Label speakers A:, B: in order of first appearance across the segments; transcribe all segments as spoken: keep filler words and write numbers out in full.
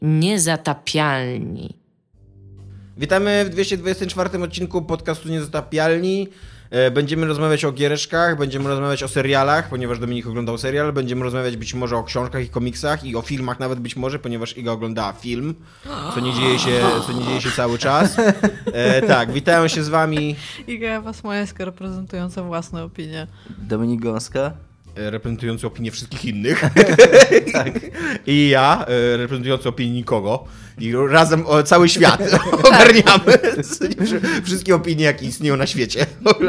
A: Niezatapialni.
B: Witamy w dwieście dwudziestym czwartym odcinku podcastu Niezatapialni. Będziemy rozmawiać o giereczkach, będziemy rozmawiać o serialach, ponieważ Dominik oglądał serial, będziemy rozmawiać być może o książkach i komiksach i o filmach nawet być może, ponieważ Iga oglądała film, co nie dzieje się, co nie dzieje się cały czas. E, tak, witają się z wami
C: Iga Wasmańska reprezentująca własne opinie.
D: Dominik Gąska.
B: Reprezentujący opinię wszystkich innych. Tak. I ja, reprezentujący opinię nikogo. I razem o, cały świat ogarniamy. Wszystkie opinie, jakie istnieją na świecie.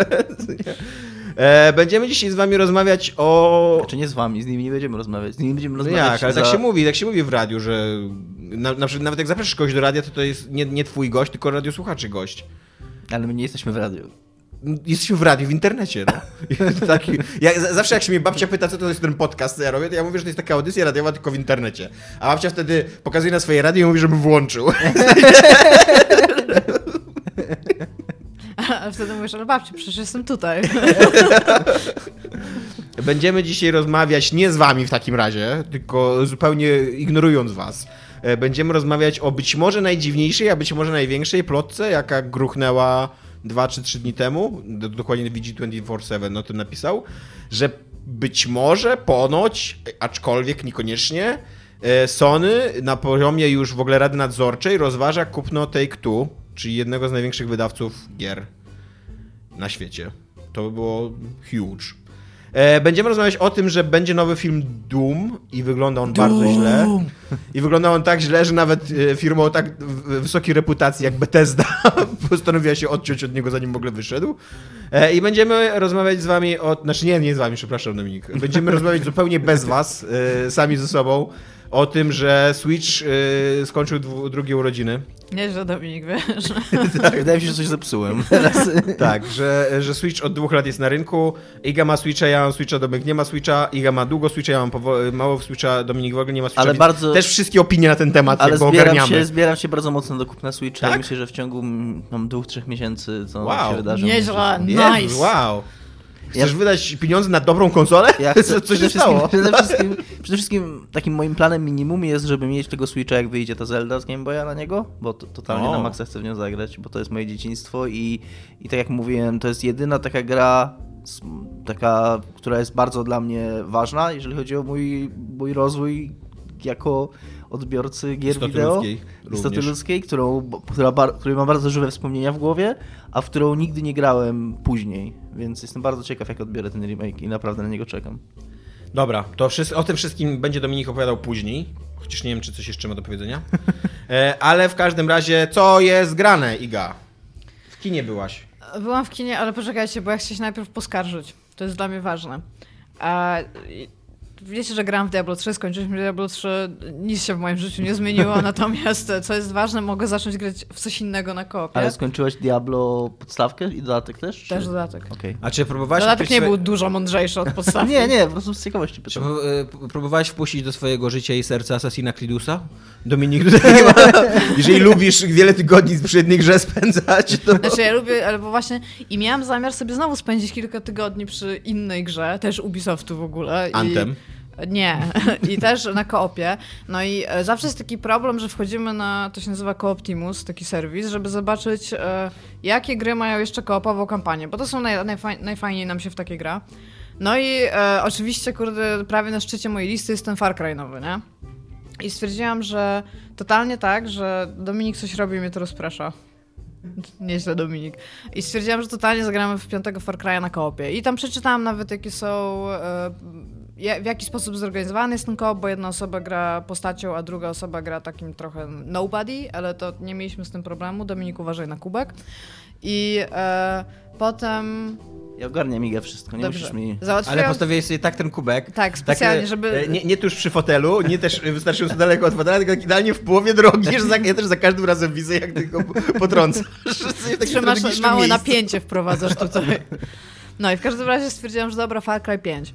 B: Będziemy dzisiaj z wami rozmawiać o...
D: Znaczy nie z wami, z nimi nie będziemy rozmawiać. Z nimi będziemy
B: No
D: rozmawiać
B: jak, ale
D: za...
B: tak się mówi, tak się mówi w radiu, że na, na przykład nawet jak zapraszasz kogoś do radia, to to jest nie, nie twój gość, tylko radiosłuchaczy gość.
D: Ale my nie jesteśmy w radiu.
B: Jesteśmy w radiu, w internecie, no. Tak, ja, zawsze jak się mnie babcia pyta, co to jest ten podcast, co ja robię, to ja mówię, że to jest taka audycja radiowa, tylko w internecie. A babcia wtedy pokazuje na swoje radio i mówi, żebym włączył.
C: Ale wtedy mówisz, ale babci, przecież jestem tutaj.
B: Będziemy dzisiaj rozmawiać nie z wami w takim razie, tylko zupełnie ignorując was. Będziemy rozmawiać o być może najdziwniejszej, a być może największej plotce, jaka gruchnęła dwa czy trzy dni temu, dokładnie V G dwadzieścia cztery siedem o tym napisał, że być może, ponoć, aczkolwiek niekoniecznie, Sony na poziomie już w ogóle Rady Nadzorczej rozważa kupno Take-Two, czyli jednego z największych wydawców gier na świecie. To by było huge. Będziemy rozmawiać o tym, że będzie nowy film Doom i wygląda on Doom. bardzo źle. I wygląda on tak źle, że nawet firma o tak wysokiej reputacji jak Bethesda postanowiła się odciąć od niego, zanim w ogóle wyszedł. I będziemy rozmawiać z wami o... Znaczy nie, nie z wami, przepraszam Dominik. Będziemy rozmawiać zupełnie bez was, sami ze sobą, o tym, że Switch skończył dwu, drugie urodziny.
C: Nieźle, Dominik, wiesz.
D: Tak, wydaje mi się, że coś zepsułem.
B: Tak, że, że Switch od dwóch lat jest na rynku. Iga ma Switcha, ja mam Switcha, Dominik nie ma Switcha. Iga ma długo Switcha, ja mam powo- mało Switcha, Dominik w ogóle nie ma Switcha.
D: Ale bardzo...
B: Też wszystkie opinie na ten temat,
D: ale
B: jakby
D: zbieram
B: ogarniamy.
D: się, zbieram się bardzo mocno do kupna Switcha
B: tak?
D: i myślę, że w ciągu mam dwóch, trzech miesięcy to
B: wow.
D: się wydarzy.
C: Nieźle,
B: Jezu,
C: nice.
B: Wow. Chcesz
D: Ja...
B: wydać pieniądze na dobrą konsolę?
D: Ja chcę,
B: Co się stało?
D: Przede wszystkim, przede wszystkim takim moim planem minimum jest, żeby mieć tego Switcha, jak wyjdzie ta Zelda z Game Boya na niego, bo to, totalnie
B: o.
D: na maksa chcę w nią zagrać, bo to jest moje dzieciństwo i, i tak jak mówiłem, to jest jedyna taka gra, taka, która jest bardzo dla mnie ważna, jeżeli chodzi o mój, mój rozwój jako odbiorcy gier
B: Istoty
D: wideo,
B: ludzkiej
D: istoty
B: również.
D: ludzkiej, którą, która, której mam bardzo żywe wspomnienia w głowie, a w którą nigdy nie grałem później, więc jestem bardzo ciekaw, jak odbiorę ten remake i naprawdę na niego czekam.
B: Dobra, to wszyscy, o tym wszystkim będzie Dominik opowiadał później, chociaż nie wiem, czy coś jeszcze ma do powiedzenia. E, ale w każdym razie, co jest grane, Iga? W kinie byłaś.
C: Byłam w kinie, ale poczekajcie, bo ja chcę się najpierw poskarżyć. To jest dla mnie ważne. A... Wiecie, że gram w Diablo trzy, skończyliśmy Diablo trzy, nic się w moim życiu nie zmieniło, natomiast co jest ważne, mogę zacząć grać w coś innego na koopie.
D: Ale skończyłaś Diablo podstawkę i dodatek też? Czy...
C: Też dodatek.
D: Okay.
B: A czy próbowałaś...
C: Dodatek nie
B: swoje...
C: był dużo mądrzejszy od podstawki.
D: nie, nie, po prostu z ciekawości pytam.
B: Czy próbowałaś wpuścić do swojego życia i serca Assassina Creedusa? Dominik, tutaj nie ma... Jeżeli lubisz wiele tygodni przy jednej grze spędzać, to...
C: Znaczy ja lubię, ale bo właśnie i miałam zamiar sobie znowu spędzić kilka tygodni przy innej grze, też Ubisoftu w ogóle.
B: Anthem.
C: I... Nie. I też na koopie. No i zawsze jest taki problem, że wchodzimy na, to się nazywa Cooptimus, taki serwis, żeby zobaczyć, e, jakie gry mają jeszcze koopową kampanię, bo to są naj, najfaj, najfajniej nam się w takie gra. No i e, oczywiście, kurde, prawie na szczycie mojej listy jest ten Far Cry nowy, nie? I stwierdziłam, że totalnie tak, że Dominik coś robi i mnie to rozprasza. Nieźle, Dominik. I stwierdziłam, że totalnie zagramy w piątego Far Cry'a na koopie. I tam przeczytałam nawet, jakie są... E, w jaki sposób zorganizowany jest ten koop, bo jedna osoba gra postacią, a druga osoba gra takim trochę nobody, ale to nie mieliśmy z tym problemu. Dominik, uważaj na kubek. I e, potem...
D: Ja ogarniam Igę wszystko, nie
C: Dobrze.
D: musisz mi...
C: Załatwiłam...
B: Ale postawiłeś sobie tak ten kubek.
C: Tak, specjalnie,
B: tak,
C: żeby...
B: Nie, nie tuż przy fotelu, nie też wystarczająco daleko od fotela, tylko idealnie w połowie drogi, że za, ja też za każdym razem widzę, jak ty go potrącasz.
C: Trzymasz małe napięcie, wprowadzasz tutaj. No i w każdym razie stwierdziłam, że dobra, Far Cry pięć.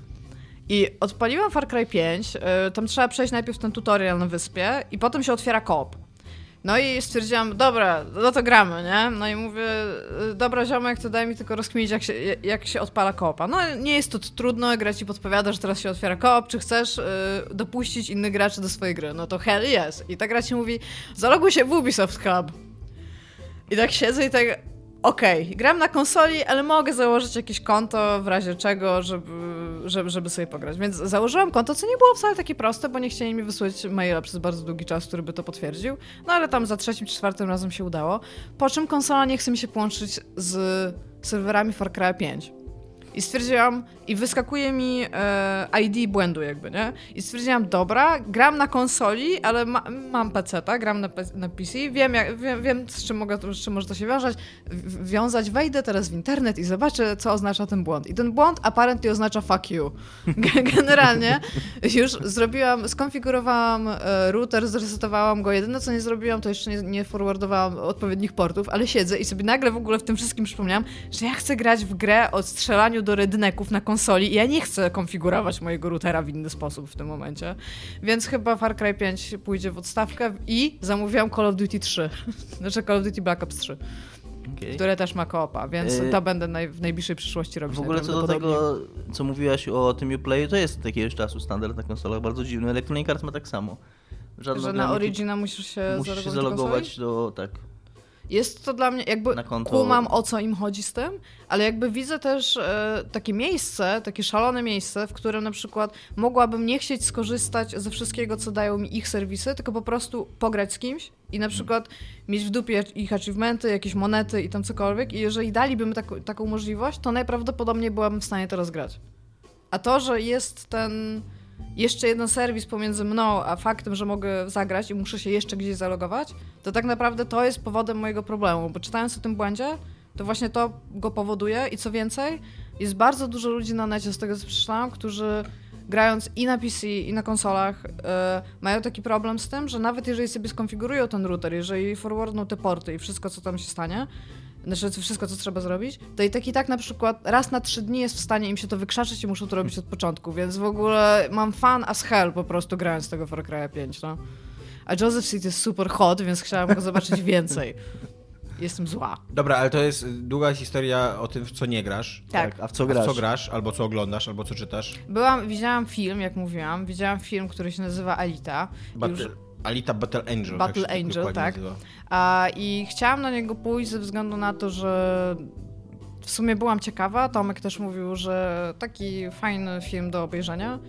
C: I odpaliłam Far Cry pięć, yy, tam trzeba przejść najpierw ten tutorial na wyspie i potem się otwiera koop. No i stwierdziłam, dobra, no to gramy, nie? No i mówię, dobra ziomek, to daj mi tylko rozkminić, jak się, jak się odpala koopa. No nie jest to trudno, gra ci podpowiada, że teraz się otwiera koop, czy chcesz y, dopuścić innych graczy do swojej gry? No to hell yes. I ta gra ci mówi, zaloguj się w Ubisoft Club. I tak siedzę i tak, okej, okay, gram na konsoli, ale mogę założyć jakieś konto w razie czego, żeby, żeby, żeby sobie pograć. Więc założyłam konto, co nie było wcale takie proste, bo nie chcieli mi wysłać maila przez bardzo długi czas, który by to potwierdził. No ale tam za trzecim czy czwartym razem się udało. Po czym konsola nie chce mi się połączyć z serwerami Far Cry pięć. I stwierdziłam, i wyskakuje mi e, I D błędu jakby, nie? I stwierdziłam, dobra, gram na konsoli, ale ma, mam peceta, gram na, na P C, wiem, jak, wiem, wiem z, czym mogę, z czym może to się wiązać, w, wiązać, wejdę teraz w internet i zobaczę, co oznacza ten błąd. I ten błąd apparently oznacza fuck you. Generalnie już zrobiłam, skonfigurowałam e, router, zresetowałam go, jedyne co nie zrobiłam, to jeszcze nie, nie forwardowałam odpowiednich portów, ale siedzę i sobie nagle w ogóle w tym wszystkim przypomniałam, że ja chcę grać w grę o strzelaniu do redneków na konsoli i ja nie chcę konfigurować mojego routera w inny sposób w tym momencie. Więc chyba Far Cry pięć pójdzie w odstawkę i zamówiłam Call of Duty trzy. Znaczy Call of Duty Black Ops trzy. Okay. Które też ma koopa, więc yy, to będę naj, w najbliższej przyszłości robić.
D: W ogóle co do tego, co mówiłaś o tym Uplayu, to jest od jakiegoś czasu standard na konsolach, bardzo dziwny. Electronic Arts ma tak samo.
C: Żadna że na Origina musisz się
D: musisz
C: zalogować,
D: się zalogować do, tak.
C: Jest to dla mnie, jakby kumam o co im chodzi z tym, ale jakby widzę też e, takie miejsce, takie szalone miejsce, w którym na przykład mogłabym nie chcieć skorzystać ze wszystkiego, co dają mi ich serwisy, tylko po prostu pograć z kimś i na przykład mieć w dupie ich achievementy, jakieś monety i tam cokolwiek i jeżeli daliby mi tak, taką możliwość, to najprawdopodobniej byłabym w stanie teraz grać. A to, że jest ten jeszcze jeden serwis pomiędzy mną a faktem, że mogę zagrać i muszę się jeszcze gdzieś zalogować, to tak naprawdę to jest powodem mojego problemu, bo czytając o tym błędzie, to właśnie to go powoduje i co więcej, jest bardzo dużo ludzi na necie, z tego co przeczytałam, którzy grając i na P C, i na konsolach yy, mają taki problem z tym, że nawet jeżeli sobie skonfigurują ten router, jeżeli forwardną te porty i wszystko, co tam się stanie, znaczy wszystko, co trzeba zrobić, to i tak i tak na przykład raz na trzy dni jest w stanie im się to wykrzaczyć i muszą to robić od początku, więc w ogóle mam fan as hell po prostu grając tego Far Cry pięć, no. A Joseph Seed jest super hot, więc chciałam go zobaczyć więcej. Jestem zła.
B: Dobra, ale to jest długa historia o tym, w co nie grasz.
C: Tak.
D: tak a w co grasz?
B: A w co grasz, albo co oglądasz, albo co czytasz.
C: Byłam, widziałam film, jak mówiłam, widziałam film, który się nazywa Alita.
B: Battle, już... Alita Battle Angel.
C: Battle
B: tak
C: Angel, tak. A, I chciałam na niego pójść ze względu na to, że w sumie byłam ciekawa. Tomek też mówił, że taki fajny film do obejrzenia.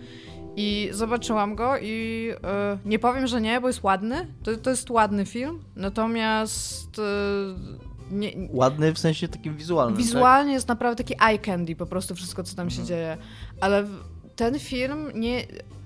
C: I zobaczyłam go i yy, nie powiem, że nie, bo jest ładny. To, to jest ładny film, natomiast... Yy, nie,
D: ładny w sensie takim wizualnym,
C: Wizualnie
D: tak?
C: jest naprawdę taki eye candy, po prostu wszystko, co tam mhm. się dzieje. Ale ten film nie...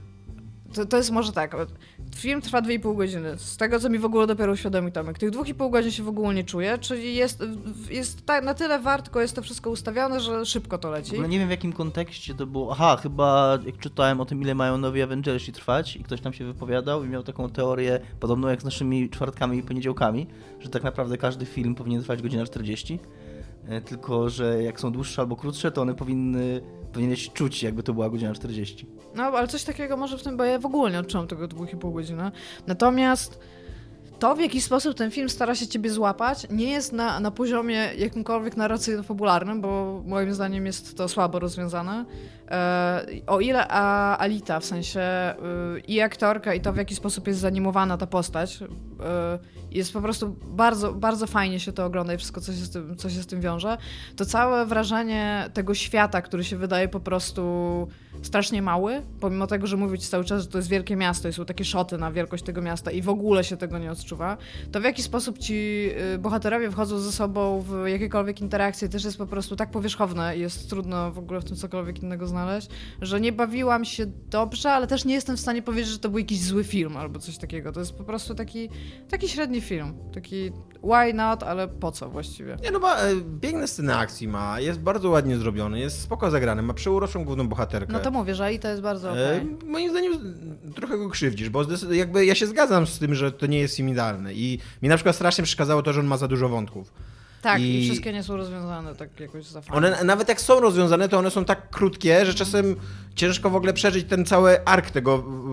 C: To, to jest może tak... Film trwa dwie i pół godziny. Z tego, co mi w ogóle dopiero uświadomił Tomek. Tych dwóch i pół godzin się w ogóle nie czuję, czyli jest, jest ta, na tyle wartko jest to wszystko ustawione, że szybko to leci.
D: W ogóle nie wiem, w jakim kontekście to było. Aha, chyba jak czytałem o tym, ile mają nowi Avengersi trwać i ktoś tam się wypowiadał i miał taką teorię, podobną jak z naszymi czwartkami i poniedziałkami, że tak naprawdę każdy film powinien trwać godzinę czterdzieści, tylko że jak są dłuższe albo krótsze, to one powinny powinieneś czuć, jakby to była godzina czterdzieści.
C: No, ale coś takiego może w tym, bo ja w ogóle nie odczułam tego dwóch i pół godziny. Natomiast to, w jaki sposób ten film stara się ciebie złapać, nie jest na, na poziomie jakimkolwiek narracyjno-fabularnym, bo moim zdaniem jest to słabo rozwiązane. E, o ile a, Alita, w sensie y, i aktorka, i to, w jaki sposób jest zanimowana ta postać, y, jest po prostu bardzo, bardzo fajnie się to ogląda i wszystko, co się, z tym, co się z tym wiąże, to całe wrażenie tego świata, który się wydaje po prostu strasznie mały, pomimo tego, że mówić cały czas, że to jest wielkie miasto i są takie szoty na wielkość tego miasta i w ogóle się tego nie odczuwa, to w jaki sposób ci bohaterowie wchodzą ze sobą w jakiekolwiek interakcje też jest po prostu tak powierzchowne i jest trudno w ogóle w tym cokolwiek innego znaleźć, że nie bawiłam się dobrze, ale też nie jestem w stanie powiedzieć, że to był jakiś zły film albo coś takiego. To jest po prostu taki, taki średni film. Taki why not, ale po co właściwie?
B: Nie no, ma piękne sceny akcji ma, jest bardzo ładnie zrobiony, jest spoko zagrany, ma przeuroczą główną bohaterkę.
C: No to mówię, że i to jest bardzo okej.
B: Okay. Moim zdaniem trochę go krzywdzisz, bo jakby ja się zgadzam z tym, że to nie jest film idealny i mi na przykład strasznie przeszkadzało to, że on ma za dużo wątków.
C: Tak, i, i wszystkie nie są rozwiązane tak jakoś za fajnie.
B: One nawet jak są rozwiązane, to one są tak krótkie, że czasem ciężko w ogóle przeżyć ten cały ark tego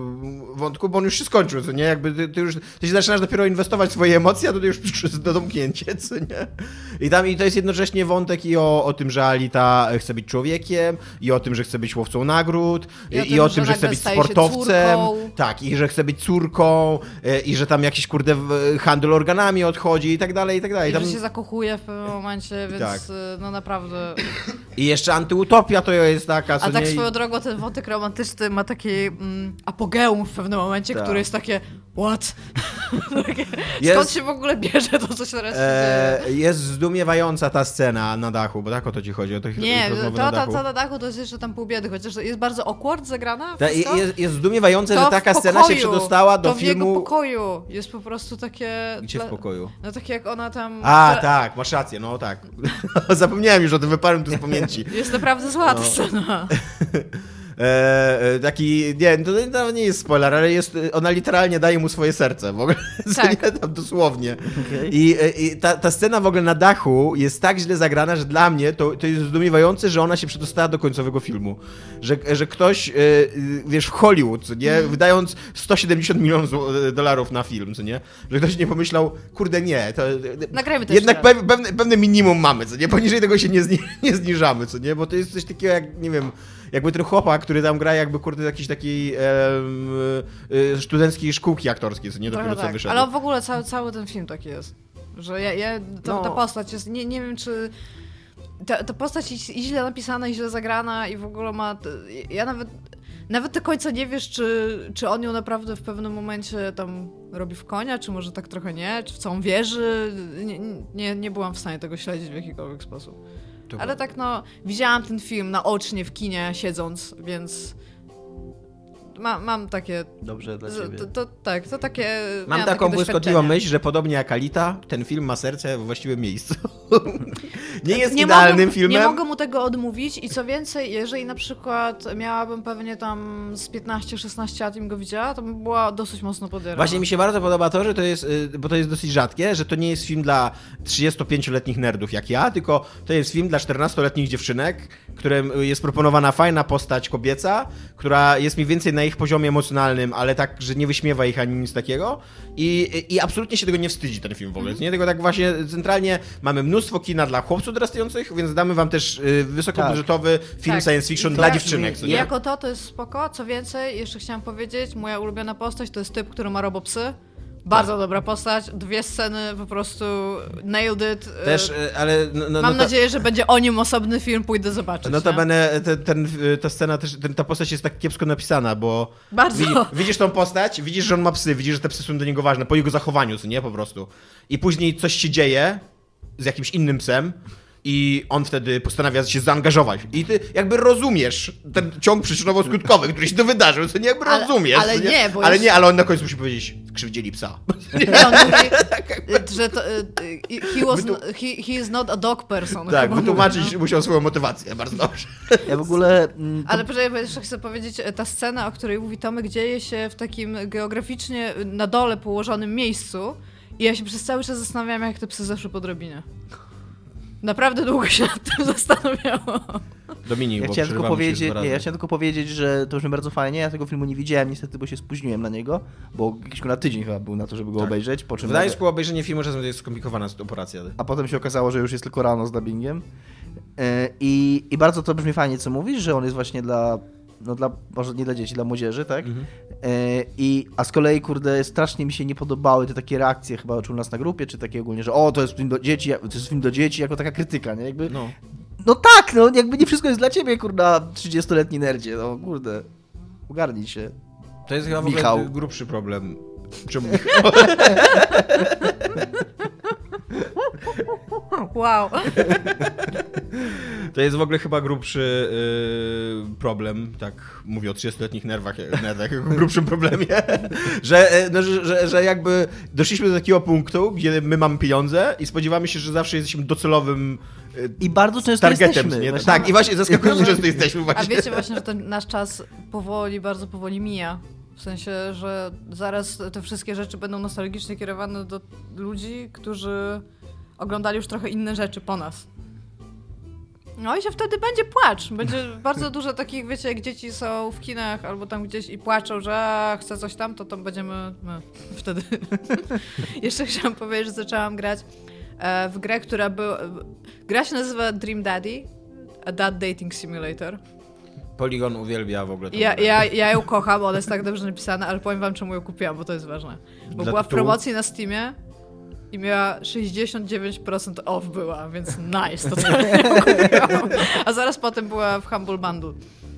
B: wątku, bo on już się skończył, co nie? Jakby ty, ty już ty się zaczynasz dopiero inwestować w swoje emocje, a to już przyszło do domknięcie, co nie? I tam i to jest jednocześnie wątek i o, o tym, że Alita chce być człowiekiem, i o tym, że chce być łowcą nagród, i, i o tym, że, że chce być sportowcem, tak, i że chce być córką, i że tam jakiś, kurde, handel organami odchodzi i tak dalej, i tak dalej.
C: I
B: tam...
C: że się zakochuje w pewnym momencie, więc tak. no naprawdę...
B: I jeszcze antyutopia to jest taka, co
C: A tak
B: nie...
C: swoją drogą ten wątek romantyczny ma taki mm, apogeum w pewnym momencie, tak. który jest takie what? takie, jest... Skąd się w ogóle bierze to, co się teraz e, dzieje?
B: Jest zdumiewająca ta scena na dachu, bo tak o to ci chodzi, o to
C: Nie, to
B: na dachu.
C: ta na dachu to jest jeszcze tam pół biedy, chociaż jest bardzo awkward zagrana.
B: Ta, jest, jest zdumiewające,
C: to
B: że taka
C: pokoju,
B: scena się przedostała do
C: to
B: filmu...
C: To w jego pokoju jest po prostu takie...
B: Gdzie
C: dla...
B: w pokoju?
C: No takie jak ona tam...
B: A, że... tak, masz rację, no tak. Zapomniałem już o tym, wyparłem tu z pamięci.
C: Jest naprawdę zła ta
B: no.
C: scena.
B: E, taki, nie, to nawet nie jest spoiler, ale jest, ona literalnie daje mu swoje serce, w ogóle, tak. nie, tam dosłownie. Okay. I, i ta, ta scena w ogóle na dachu jest tak źle zagrana, że dla mnie to, to jest zdumiewające, że ona się przedostała do końcowego filmu. Że, że ktoś, e, wiesz, w Hollywood, co nie, mm. wydając sto siedemdziesiąt milionów dolarów na film, co nie, że ktoś nie pomyślał, kurde nie, to
C: nagrajmy to
B: jednak pe, pewne, pewne minimum mamy, co nie, poniżej tego się nie, zni, nie zniżamy, co nie, bo to jest coś takiego jak, nie wiem, jakby ten chłopak, który tam gra jakby, kurde, jakiś taki e, e, studenckiej szkółki aktorskiej, co nie dopiero
C: tak.
B: co wyszedł.
C: Ale w ogóle cały, cały ten film taki jest, że ja, ja to,
B: no.
C: ta postać jest, nie, nie wiem czy... Ta, ta postać jest i źle napisana, i źle zagrana i w ogóle ma... Ja nawet... Nawet do końca nie wiesz, czy, czy on ją naprawdę w pewnym momencie tam robi w konia, czy może tak trochę nie, czy w co on wierzy. Nie, nie, nie byłam w stanie tego śledzić w jakikolwiek sposób. Ale tak no, widziałam ten film naocznie w kinie siedząc, więc ma, mam takie...
D: Dobrze dla ciebie.
C: To, to, tak, to takie...
B: Mam taką błyskotliwą myśl, że podobnie jak Alita, ten film ma serce w właściwym miejscu. nie jest nie idealnym
C: mogę,
B: filmem.
C: Nie mogę mu tego odmówić i co więcej, jeżeli na przykład miałabym pewnie tam z piętnaście szesnaście lat im go widziała, to bym była dosyć mocno podjarana.
B: Właśnie mi się bardzo podoba to, że to jest, bo to jest dosyć rzadkie, że to nie jest film dla trzydziestopięcioletnich nerdów jak ja, tylko to jest film dla czternastoletnich dziewczynek, którym jest proponowana fajna postać kobieca, która jest mniej więcej na ich poziomie emocjonalnym, ale tak, że nie wyśmiewa ich ani nic takiego i, i absolutnie się tego nie wstydzi ten film w ogóle, nie? Tylko tak właśnie centralnie mamy mnóstwo kina dla chłopców dorastających, więc damy wam też y, wysokobudżetowy tak. film tak. science fiction dla dziewczynek.
C: I jako to, to jest spoko. Co więcej, jeszcze chciałam powiedzieć, moja ulubiona postać to jest typ, który ma robopsy. Bardzo tak. dobra postać, dwie sceny po prostu nailed it.
B: Też, ale... No, no,
C: Mam
B: no
C: nadzieję, że będzie o nim osobny film, pójdę zobaczyć.
B: Notabene ten, ten, ta scena też, ten, ta postać jest tak kiepsko napisana, bo...
C: Bardzo.
B: Widzi, widzisz tą postać, widzisz, że on ma psy, widzisz, że te psy są do niego ważne, po jego zachowaniu, co nie, po prostu. I później coś się dzieje z jakimś innym psem, i on wtedy postanawia się zaangażować. I ty jakby rozumiesz ten ciąg przyczynowo-skutkowy, który się to wydarzył, co nie jakby ale, rozumiesz.
C: Ale nie, nie bo
B: Ale
C: już...
B: nie, ale on na końcu musi powiedzieć, skrzywdzili psa.
C: Nie, on mówi, że to, he, was, he, he is not a dog person.
B: Tak, wytłumaczyć mówi, no? musiał swoją motywację, bardzo dobrze.
D: Ja w ogóle... To...
C: Ale poczekaj, jeszcze chcę powiedzieć, ta scena, o której mówi Tomek, dzieje się w takim geograficznie na dole położonym miejscu i ja się przez cały czas zastanawiałam, jak te psy zeszły po drabinie. Naprawdę długo się nad tym zastanawiałam.
B: Dominik,
D: ja
B: bo
D: chciałem tylko powiedzieć, nie, ja chciałem tylko powiedzieć, że to brzmi bardzo fajnie. Ja tego filmu nie widziałem niestety, bo się spóźniłem na niego, bo jakiś na tydzień chyba był na to, żeby go tak. obejrzeć. Po czym
B: w Gdańsku nawet... obejrzenie filmu czasem jest skomplikowana operacja.
D: A potem się okazało, że już jest tylko rano z dubbingiem. I, i bardzo to brzmi fajnie, co mówisz, że on jest właśnie dla... No dla, może nie dla dzieci, dla młodzieży, tak? Mhm. E, i, a z kolei, kurde, strasznie mi się nie podobały te takie reakcje chyba u nas na grupie, czy takie ogólnie, że o, to jest film do dzieci, to jest film do dzieci, jako taka krytyka, nie? Jakby,
B: no.
D: no tak, no jakby nie wszystko jest dla ciebie, kurda, trzydziestoletni nerdzie, no kurde, ogarnij się.
B: To jest chyba w
D: Michał.
B: ogóle grubszy problem. Czemu Michał?
C: Wow.
B: To jest w ogóle chyba grubszy yy, problem, tak mówię o trzydziestoletnich nerwach, nerwach jako grubszym problemie, że, no, że, że, że jakby doszliśmy do takiego punktu, gdzie my mamy pieniądze i spodziewamy się, że zawsze jesteśmy docelowym yy,
D: I bardzo często
B: targetem,
D: jesteśmy.
B: Nie? Tak, i właśnie zaskakująco często jesteśmy właśnie.
C: A wiecie właśnie, że ten nasz czas powoli, bardzo powoli mija. W sensie, że zaraz te wszystkie rzeczy będą nostalgicznie kierowane do ludzi, którzy oglądali już trochę inne rzeczy po nas. No i się wtedy będzie płacz. Będzie bardzo dużo takich, wiecie, jak dzieci są w kinach albo tam gdzieś i płaczą, że a, chcę coś tam, to tam będziemy my, wtedy. Jeszcze chciałam powiedzieć, że zaczęłam grać e, w grę, która była... Gra się nazywa Dream Daddy, a Dad Dating Simulator.
B: Polygon uwielbia w ogóle tą
C: Ja,
B: grę.
C: ja, ja ją kocham, ona jest tak dobrze napisana, ale powiem wam, czemu ją kupiłam, bo to jest ważne. Bo
B: Dla
C: była w
B: tytułu?
C: promocji na Steamie i miała sześćdziesiąt dziewięć procent off była, więc nice, to co ją kupiłam. A zaraz potem była w Humble Bundle.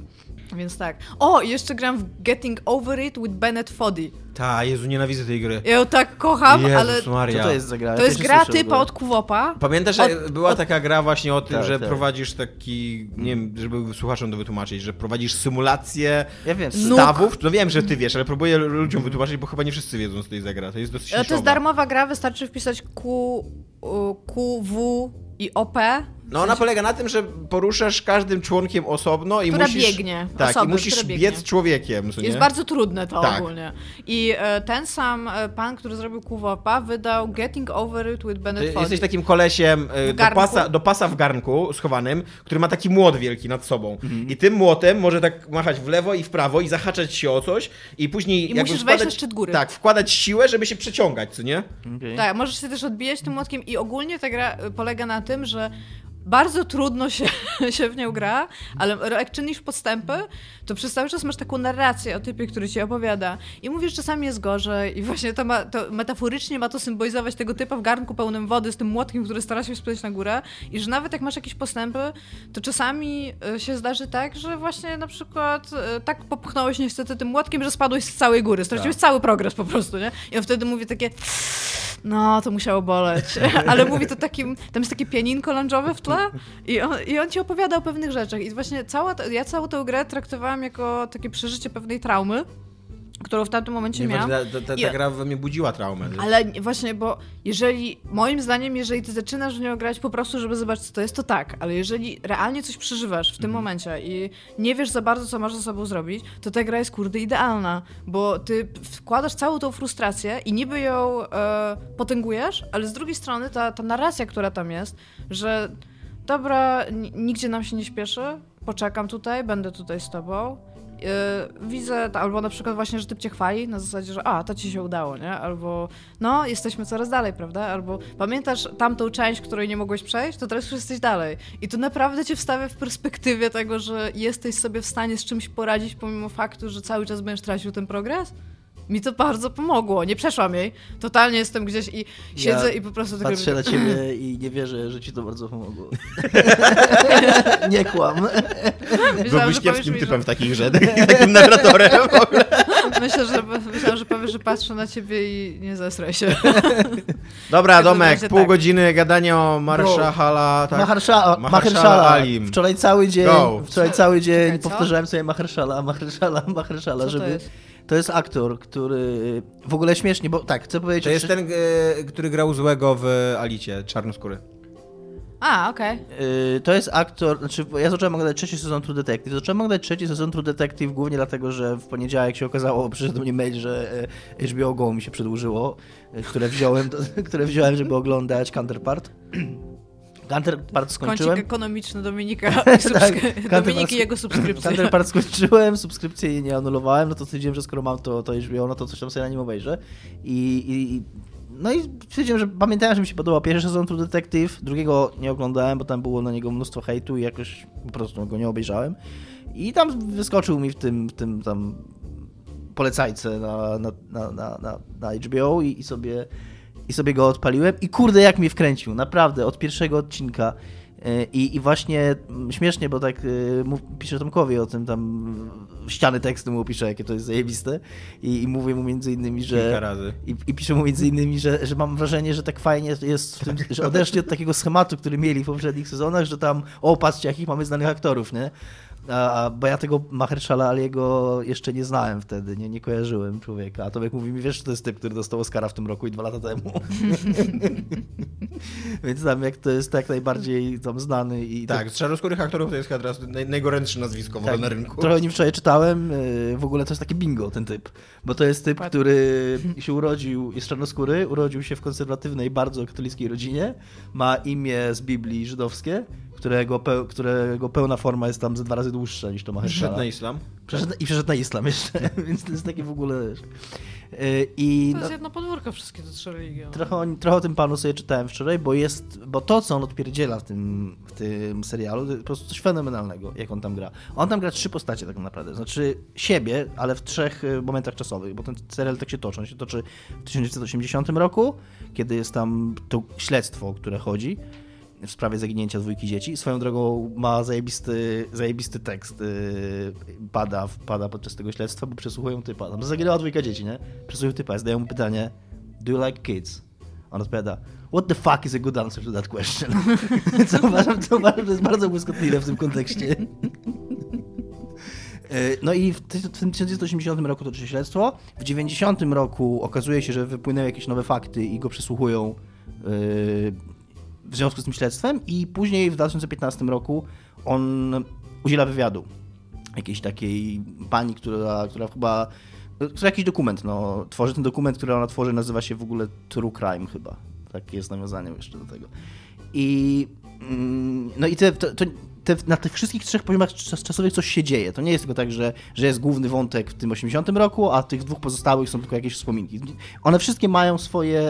C: Więc tak. O, i jeszcze gram w Getting Over It with Bennett Foddy.
B: Ta, Jezu, nienawidzę tej gry.
C: Ja ją tak kocham,
B: Jezus
C: ale
B: Maria.
D: Co to jest za gra?
C: to
D: Ja
C: jest
D: też
C: gra
D: słyszę w
C: typa
D: ogóle.
C: od Kuwopa.
B: Pamiętasz, że
C: Od-
B: była
C: od-
B: taka gra właśnie o tym,
D: Tak,
B: że
D: tak.
B: prowadzisz taki, nie wiem, żeby słuchaczom to wytłumaczyć, że prowadzisz symulację
D: Ja wiem.
C: Nóg.
B: stawów. No wiem, że ty wiesz, ale próbuję ludziom wytłumaczyć, bo chyba nie wszyscy wiedzą, co to jest za gra. To jest dosyć
C: To jest
B: niszowa.
C: darmowa gra, wystarczy wpisać Q, u, Q, W i O P.
B: No ona polega na tym, że poruszasz każdym członkiem osobno i
C: Która
B: musisz...
C: biegnie.
B: Tak,
C: Osoby,
B: i musisz
C: która biegnie.
B: biec człowiekiem, co nie?
C: Jest bardzo trudne to
B: Tak.
C: ogólnie. I e, ten sam e, pan, który zrobił Kuwopa, wydał Getting Over It with
B: Ty
C: Bennett Foddy.
B: jesteś takim kolesiem e, do
C: garnku.
B: pasa, do pasa w garnku schowanym, który ma taki młot wielki nad sobą.
C: Mhm.
B: I tym młotem może tak machać w lewo i w prawo i zahaczać się o coś i później
C: I
B: jakby
C: musisz
B: wkładać,
C: wejść na szczyt góry.
B: Tak, wkładać siłę, żeby się przeciągać, co nie?
D: Okay.
C: Tak, możesz się też odbijać tym młotkiem i ogólnie ta gra y, polega na tym, że bardzo trudno się, się w nią gra, ale jak czynisz postępy, to przez cały czas masz taką narrację o typie, który ci opowiada i mówisz, że czasami jest gorzej i właśnie to, ma, to metaforycznie ma to symbolizować tego typa w garnku pełnym wody z tym młotkiem, który stara się wspinać na górę i że nawet jak masz jakieś postępy, to czasami y, się zdarzy tak, że właśnie na przykład y, tak popchnąłeś niestety tym młotkiem, że spadłeś z całej góry, straciłeś
B: Tak.
C: cały progres po prostu, nie? I on wtedy mówi takie no, to musiało boleć. Ale mówi to takim, tam jest takie pianinko lounge'owe w tle i on, i on ci opowiada o pewnych rzeczach. I właśnie cała, ta- ja całą tę grę traktowałam jako takie przeżycie pewnej traumy, którą w tamtym momencie
B: Nie,
C: miałam.
B: ta, ta, ta,
C: I-
B: ta gra we mnie budziła traumę.
C: Ale nie- właśnie, bo jeżeli, moim zdaniem, jeżeli ty zaczynasz w nią grać po prostu, żeby zobaczyć, co to jest, to tak, ale jeżeli realnie coś przeżywasz w tym
B: Mhm.
C: momencie i nie wiesz za bardzo, co masz ze sobą zrobić, to ta gra jest, kurde, idealna, bo ty wkładasz całą tą frustrację i niby ją e, potęgujesz, ale z drugiej strony ta, ta narracja, która tam jest, że dobra, n- nigdzie nam się nie śpieszy, poczekam tutaj, będę tutaj z tobą, Yy, widzę, ta- albo na przykład właśnie, że typ cię chwali na zasadzie, że a, to ci się udało, nie? Albo no, jesteśmy coraz dalej, prawda? Albo pamiętasz tamtą część, której nie mogłeś przejść, to teraz już jesteś dalej. I to naprawdę cię wstawia w perspektywie tego, że jesteś sobie w stanie z czymś poradzić, pomimo faktu, że cały czas będziesz tracił ten progres. Mi to bardzo pomogło. Nie przeszłam jej. Totalnie jestem gdzieś i siedzę
D: Ja
C: i po prostu tak
D: Patrzę
C: robię.
D: na ciebie i nie wierzę, że ci to bardzo pomogło. Nie kłam.
C: Myślałam,
B: Byłbyś
C: że powiesz
B: kiepskim
C: mi,
B: typem
C: że...
B: takim, że takim narratorem w ogóle.
C: Myślę, że myślałam, że powiesz, że patrzę na ciebie i nie zesraj się.
B: Dobra,
C: każdym
B: Domek,
C: razie
B: pół
C: tak.
B: godziny gadania o Marshala, tak?
D: Mahershala,
B: Mahershala
D: Mahershala.
B: Alim.
D: Wczoraj cały dzień,
B: Go.
D: wczoraj cały dzień
C: Czekaj, co?
D: powtarzałem sobie Mahershala, Mahershala, Mahershala,
C: Co to
D: żeby...
C: jest?
D: To jest aktor, który w ogóle śmiesznie, bo tak, chcę powiedzieć...
B: To jest
D: że-
B: ten, e, który grał złego w Alicie, czarnoskóry.
C: A, okej.
D: Yy, to jest aktor, znaczy ja zacząłem oglądać trzeci sezon True Detective. Zacząłem oglądać trzeci sezon True Detective głównie dlatego, że w poniedziałek się okazało, przyszedł do mnie mail, że e, H B O Go mi się przedłużyło, e, które wziąłem, do, które wziąłem, żeby oglądać Counterpart. Counterpart skończyłem.
C: Kącik ekonomiczny Dominika.
D: Tak,
C: Subskry-
D: Counterpart-
C: Dominiki i jego subskrypcji.
D: Counterpart skończyłem, subskrypcję jej nie anulowałem, no to stwierdziłem, że skoro mam to, to H B O, no to coś tam sobie na nim obejrzę. I, i, i no i stwierdziłem, że pamiętałem, że mi się podobał pierwszy sezon True Detective, drugiego nie oglądałem, bo tam było na niego mnóstwo hejtu i jakoś po prostu go nie obejrzałem. I tam wyskoczył mi w tym, w tym tam polecajce na, na, na, na, na, na H B O i, i sobie i sobie go odpaliłem i kurde jak mnie wkręcił, naprawdę, od pierwszego odcinka. I, i właśnie śmiesznie, bo tak mów, piszę Tomkowi o tym, tam ściany tekstu mu piszę, jakie to jest zajebiste i, i mówię mu między innymi, że...
B: Kilka razy.
D: I, i piszę mu między innymi, że, że mam wrażenie, że tak fajnie jest w tym, że odeszli od takiego schematu, który mieli w poprzednich sezonach, że tam, o patrzcie, jakich mamy znanych aktorów, nie? A, a, bo ja tego Mahershala Aliego jeszcze nie znałem wtedy, nie, nie kojarzyłem człowieka. A Tomek mówi mi, wiesz, że to jest typ, który dostał Oscara w tym roku i dwa lata temu. Więc tam jak to jest tak najbardziej tam znany i...
B: Tak, z czarnoskórych aktorów to jest chyba teraz naj, najgorętsze nazwisko w ogóle na rynku.
D: Trochę o nim wczoraj czytałem, w ogóle to jest takie bingo ten typ, bo to jest typ,
C: Pat.
D: który się urodził, jest czarnoskóry, urodził się w konserwatywnej, bardzo katolickiej rodzinie, ma imię z Biblii żydowskie, którego, pe, którego pełna forma jest tam ze dwa razy dłuższa niż to Mahershalla.
B: Przeszedł na islam.
D: Przeszedł, I przeszedł na islam jeszcze, więc to jest takie w ogóle... Wiesz. I,
C: to jest
D: no,
C: jedno podwórko wszystkie te trzy religie.
D: trochę, o, trochę o tym panu sobie czytałem wczoraj, bo jest, bo to, co on odpierdziela w tym, w tym serialu, to jest po prostu coś fenomenalnego, jak on tam gra. On tam gra trzy postacie tak naprawdę, znaczy siebie, ale w trzech momentach czasowych, bo ten serial tak się toczy. On się toczy w tysiąc dziewięćset osiemdziesiątym roku, kiedy jest tam to śledztwo, które chodzi w sprawie zaginięcia dwójki dzieci. Swoją drogą ma zajebisty, zajebisty tekst, yy, pada, pada podczas tego śledztwa, bo przesłuchują typa. Tam zaginęła dwójka dzieci, nie? Przesłuchują typa, zadają mu pytanie, do you like kids? On odpowiada, what the fuck is a good answer to that question? co, uważam, co uważam, że jest bardzo błyskotliwe w tym kontekście. No i w tysiąc dziewięćset osiemdziesiątym roku toczy się śledztwo. W dziewięćdziesiątym roku okazuje się, że wypłynęły jakieś nowe fakty i go przesłuchują yy, w związku z tym śledztwem i później w dwa tysiące piętnastym roku on udziela wywiadu jakiejś takiej pani, która, która chyba, która jakiś dokument no, tworzy. Ten dokument, który ona tworzy, nazywa się w ogóle True Crime chyba. Takie jest nawiązanie jeszcze do tego. I no i te, to, to, te, na tych wszystkich trzech poziomach czasowych coś się dzieje. To nie jest tylko tak, że, że jest główny wątek w tym osiemdziesiątym roku, a tych dwóch pozostałych są tylko jakieś wspominki. One wszystkie mają swoje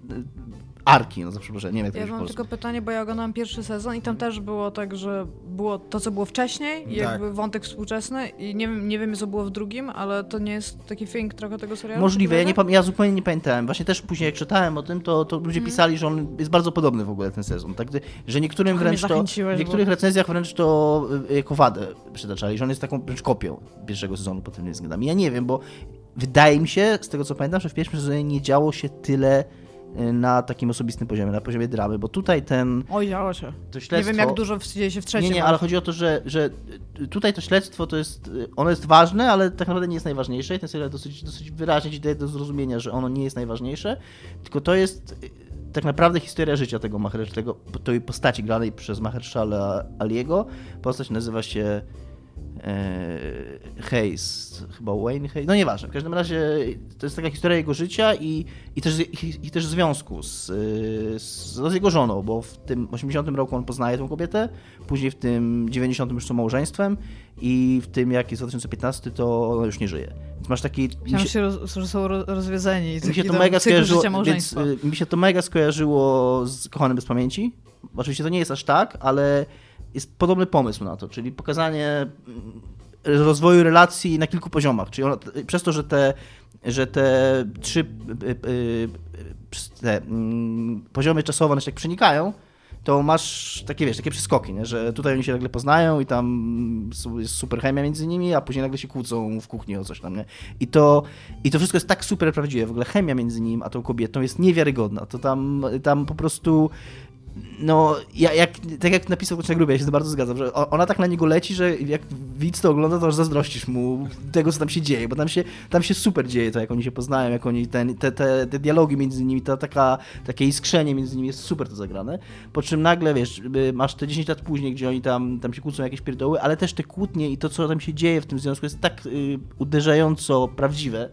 D: arki, no za przepraszam, nie wiem jak to
C: Ja
D: jest
C: mam
D: w polsku.
C: tylko pytanie, bo ja oglądałam pierwszy sezon i tam też było tak, że było to, co było wcześniej, i
B: Tak.
C: jakby wątek współczesny i nie wiem, nie wiem, co było w drugim, ale to nie jest taki think trochę tego serialu?
D: Możliwe, ja, nie,
C: takiego?
D: pam- ja zupełnie nie pamiętałem. Właśnie też później jak czytałem o tym, to, to ludzie
C: Mm.
D: pisali, że on jest bardzo podobny w ogóle ten sezon. Tak, że niektórym
C: Trochę mnie
D: wręcz to,
C: zachęciłeś,
D: w niektórych
C: bo-
D: recenzjach wręcz to y, jako wadę przytaczali, że on jest taką wręcz kopią pierwszego sezonu pod tymi względami. Ja nie wiem, bo wydaje mi się, z tego co pamiętam, że w pierwszym sezonie nie działo się tyle y, na takim osobistym poziomie, na poziomie dramy, bo tutaj ten
C: Oj, działo się.
D: to
C: Nie
D: śledztwo...
C: wiem, jak dużo w- dzieje się w trzecim.
D: Nie, nie, ale chodzi o to, że, że tutaj to śledztwo to jest, ono jest ważne, ale tak naprawdę nie jest najważniejsze i ten serial dosyć, dosyć wyraźnie ci daje do zrozumienia, że ono nie jest najważniejsze, tylko to jest tak naprawdę historia życia tego Mahershala, tego, tej postaci granej przez Mahershala Aliego. Postać nazywa się e, Hayes, chyba Wayne Hayes, no nieważne, w każdym razie to jest taka historia jego życia i, i, też, i, i też związku z, z, z jego żoną, bo w tym osiemdziesiątym roku on poznaje tę kobietę, później w tym dziewięćdziesiątym już są małżeństwem i w tym jak jest dwa tysiące piętnastym to ona już nie żyje. Więc masz taki...
C: Myślałam, się, roz, że są roz, rozwiedzeni i
D: mi się to
C: idą
D: mega
C: cykl
D: skojarzyło,
C: życia
D: więc
C: małżeństwa.
D: y, mi się to mega skojarzyło z Kochanym bez pamięci. Oczywiście to nie jest aż tak, ale jest podobny pomysł na to, czyli pokazanie mm, rozwoju relacji na kilku poziomach. Czyli ona, przez to, że te, że te trzy y, y, y, te, y, poziomy czasowe one się tak przenikają, to masz takie, wiesz, takie przeskoki, nie? Że tutaj oni się nagle poznają i tam jest super chemia między nimi, a później nagle się kłócą w kuchni o coś tam, nie? I to, i to wszystko jest tak super prawdziwe. W ogóle chemia między nim a tą kobietą jest niewiarygodna. To tam, tam po prostu... No, ja, jak, tak jak napisał Koczek Grubia, ja się to bardzo zgadzam, że ona tak na niego leci, że jak widz to ogląda, to aż zazdrościsz mu tego, co tam się dzieje, bo tam się, tam się super dzieje to, jak oni się poznają, jak oni, ten, te, te, te dialogi między nimi, ta, taka, takie iskrzenie między nimi jest super to zagrane, po czym nagle, wiesz, masz te dziesięć lat później, gdzie oni tam, tam się kłócą jakieś pierdoły, ale też te kłótnie i to, co tam się dzieje w tym związku jest tak y, uderzająco prawdziwe,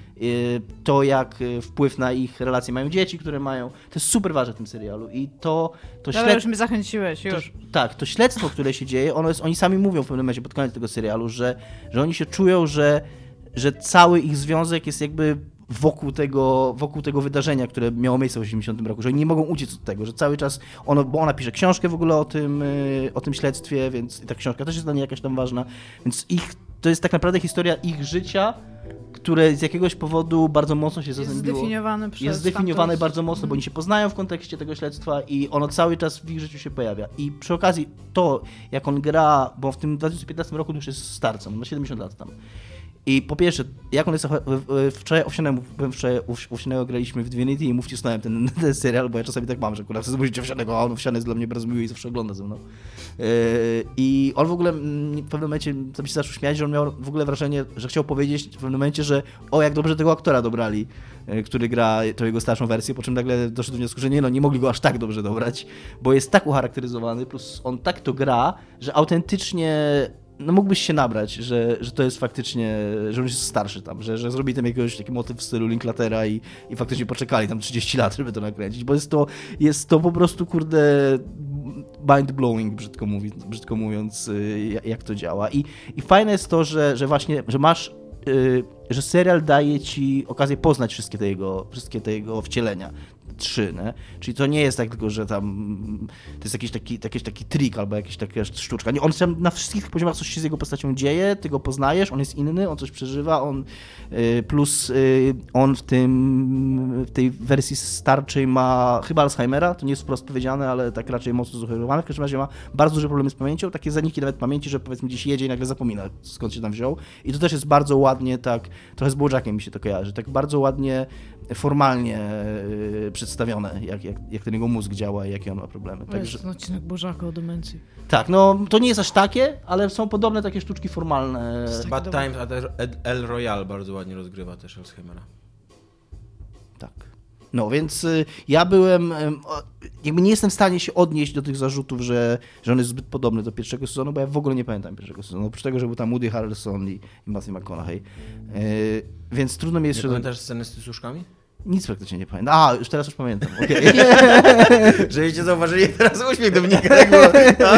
D: to jak wpływ na ich relacje mają dzieci, które mają, to jest super ważne w tym serialu i to, to
C: Dobra,
D: śled...
C: już mnie zachęciłeś, już.
D: To, tak, to śledztwo, które się dzieje, ono jest, oni sami mówią w pewnym momencie pod koniec tego serialu, że, że oni się czują, że, że cały ich związek jest jakby wokół tego, wokół tego wydarzenia, które miało miejsce w osiemdziesiątym roku, że oni nie mogą uciec od tego, że cały czas, ono, bo ona pisze książkę w ogóle o tym, o tym śledztwie, więc ta książka też jest dla niej jakaś tam ważna, więc ich, to jest tak naprawdę historia ich życia, które z jakiegoś powodu bardzo mocno się
C: Jest
D: zazębiło.
C: zdefiniowane przez
D: Jest zdefiniowane
C: tamto...
D: bardzo mocno, bo oni się poznają w kontekście tego śledztwa i ono cały czas w ich życiu się pojawia. I przy okazji to, jak on gra, bo w tym dwa tysiące piętnastym roku już jest starcem, on ma siedemdziesiąt lat tam. I po pierwsze, jak on jest wczoraj owsianemu, byłem wczoraj owsianego graliśmy w Divinity i mu wcisnąłem ten, ten serial, bo ja czasami tak mam, że kurwa chcę zobaczyć owsianego, a on owsiany jest dla mnie bardzo miły i zawsze ogląda ze mną. Yy, I on w ogóle w pewnym momencie sobie się zaczął śmiać, że on miał w ogóle wrażenie, że chciał powiedzieć w pewnym momencie, że o, jak dobrze tego aktora dobrali, yy, który gra tą jego starszą wersję, po czym nagle doszedł do wniosku, że nie no, nie mogli go aż tak dobrze dobrać, bo jest tak ucharakteryzowany, plus on tak to gra, że autentycznie no mógłbyś się nabrać, że, że to jest faktycznie, że on jest starszy tam, że, że zrobili tam jakiegoś taki motyw w stylu Linklatera i, i faktycznie poczekali tam trzydzieści lat, żeby to nakręcić, bo jest to, jest to po prostu, kurde, mind-blowing, brzydko, mówi, brzydko mówiąc, y, jak to działa. I, i fajne jest to, że, że właśnie, że masz, y, że serial daje ci okazję poznać wszystkie te jego, wszystkie te jego wcielenia. Trzy, nie? Czyli to nie jest tak tylko, że tam to jest jakiś taki, jakiś taki trik albo jakaś taka sztuczka. Nie, on tam na wszystkich poziomach coś się z jego postacią dzieje, ty go poznajesz, on jest inny, on coś przeżywa, on y, plus y, on w tym w tej wersji starczej ma chyba Alzheimera, to nie jest wprost powiedziane, ale tak raczej mocno zuchorowane. W każdym razie ma bardzo duże problemy z pamięcią, takie zaniki nawet pamięci, że powiedzmy gdzieś jedzie i nagle zapomina, skąd się tam wziął. I to też jest bardzo ładnie tak, trochę z BoJackiem mi się to kojarzy, tak bardzo ładnie formalnie yy, przedstawione, jak, jak, jak ten jego mózg działa i jakie on ma problemy.
C: To jest ten odcinek BoJacka o demencji.
D: Tak, no to nie jest aż takie, ale są podobne takie sztuczki formalne.
B: Bad Times at El Royale bardzo ładnie rozgrywa też Alzheimera.
D: Tak. No więc y, ja byłem, y, jakby nie jestem w stanie się odnieść do tych zarzutów, że, że on jest zbyt podobny do pierwszego sezonu, bo ja w ogóle nie pamiętam pierwszego sezonu, oprócz tego, że był tam Woody Harrelson i, i Matthew McConaughey. Y, więc trudno mi jest...
B: Nie pamiętasz sceny z tysuszkami?
D: Nic praktycznie nie pamiętam. A, już teraz już pamiętam, okej.
B: Okay. Żebyście zauważyli teraz uśmiech Dominika, tak było.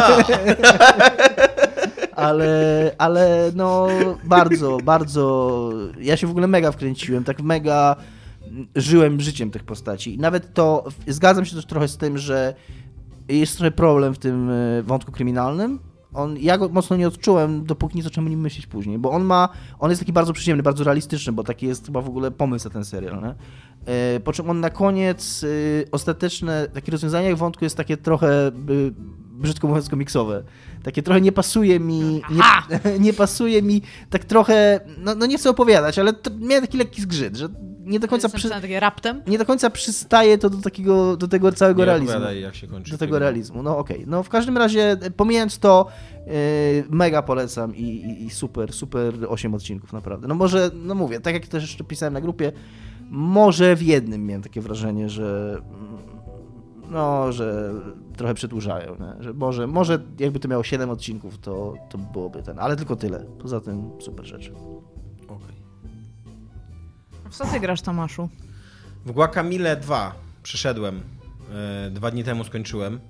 D: Ale, ale no bardzo, bardzo, ja się w ogóle mega wkręciłem, tak mega żyłem życiem tych postaci. I nawet to, zgadzam się też trochę z tym, że jest trochę problem w tym wątku kryminalnym. On, ja go mocno nie odczułem, dopóki nie zacząłem o nim myśleć później, bo on ma, on jest taki bardzo przyziemny, bardzo realistyczny, bo taki jest chyba w ogóle pomysł na ten serial, nie? Po czym on na koniec, ostateczne takie rozwiązanie wątku jest takie trochę, brzydko mówiąc, komiksowe. Takie trochę nie pasuje mi, nie, nie pasuje mi, tak trochę, no, no nie chcę opowiadać, ale to, miałem taki lekki zgrzyt, że nie do końca przy,
C: takie raptem?
D: nie do końca przystaje to do takiego, do tego całego
B: nie
D: realizmu.
B: Jak się kończy
D: do tego film. realizmu, no okej. Okay. No w każdym razie, pomijając to, yy, mega polecam i, i, i super, super osiem odcinków naprawdę. No może, no mówię, tak jak też jeszcze pisałem na grupie, może w jednym miałem takie wrażenie, że no, że trochę przedłużają, nie? Że może, może jakby to miało siedem odcinków, to, to byłoby ten, ale tylko tyle. Poza tym super rzeczy.
B: Okej.
C: W co ty grasz, Tomaszu?
B: W Guacamole dwa przeszedłem. Yy, dwa dni temu skończyłem.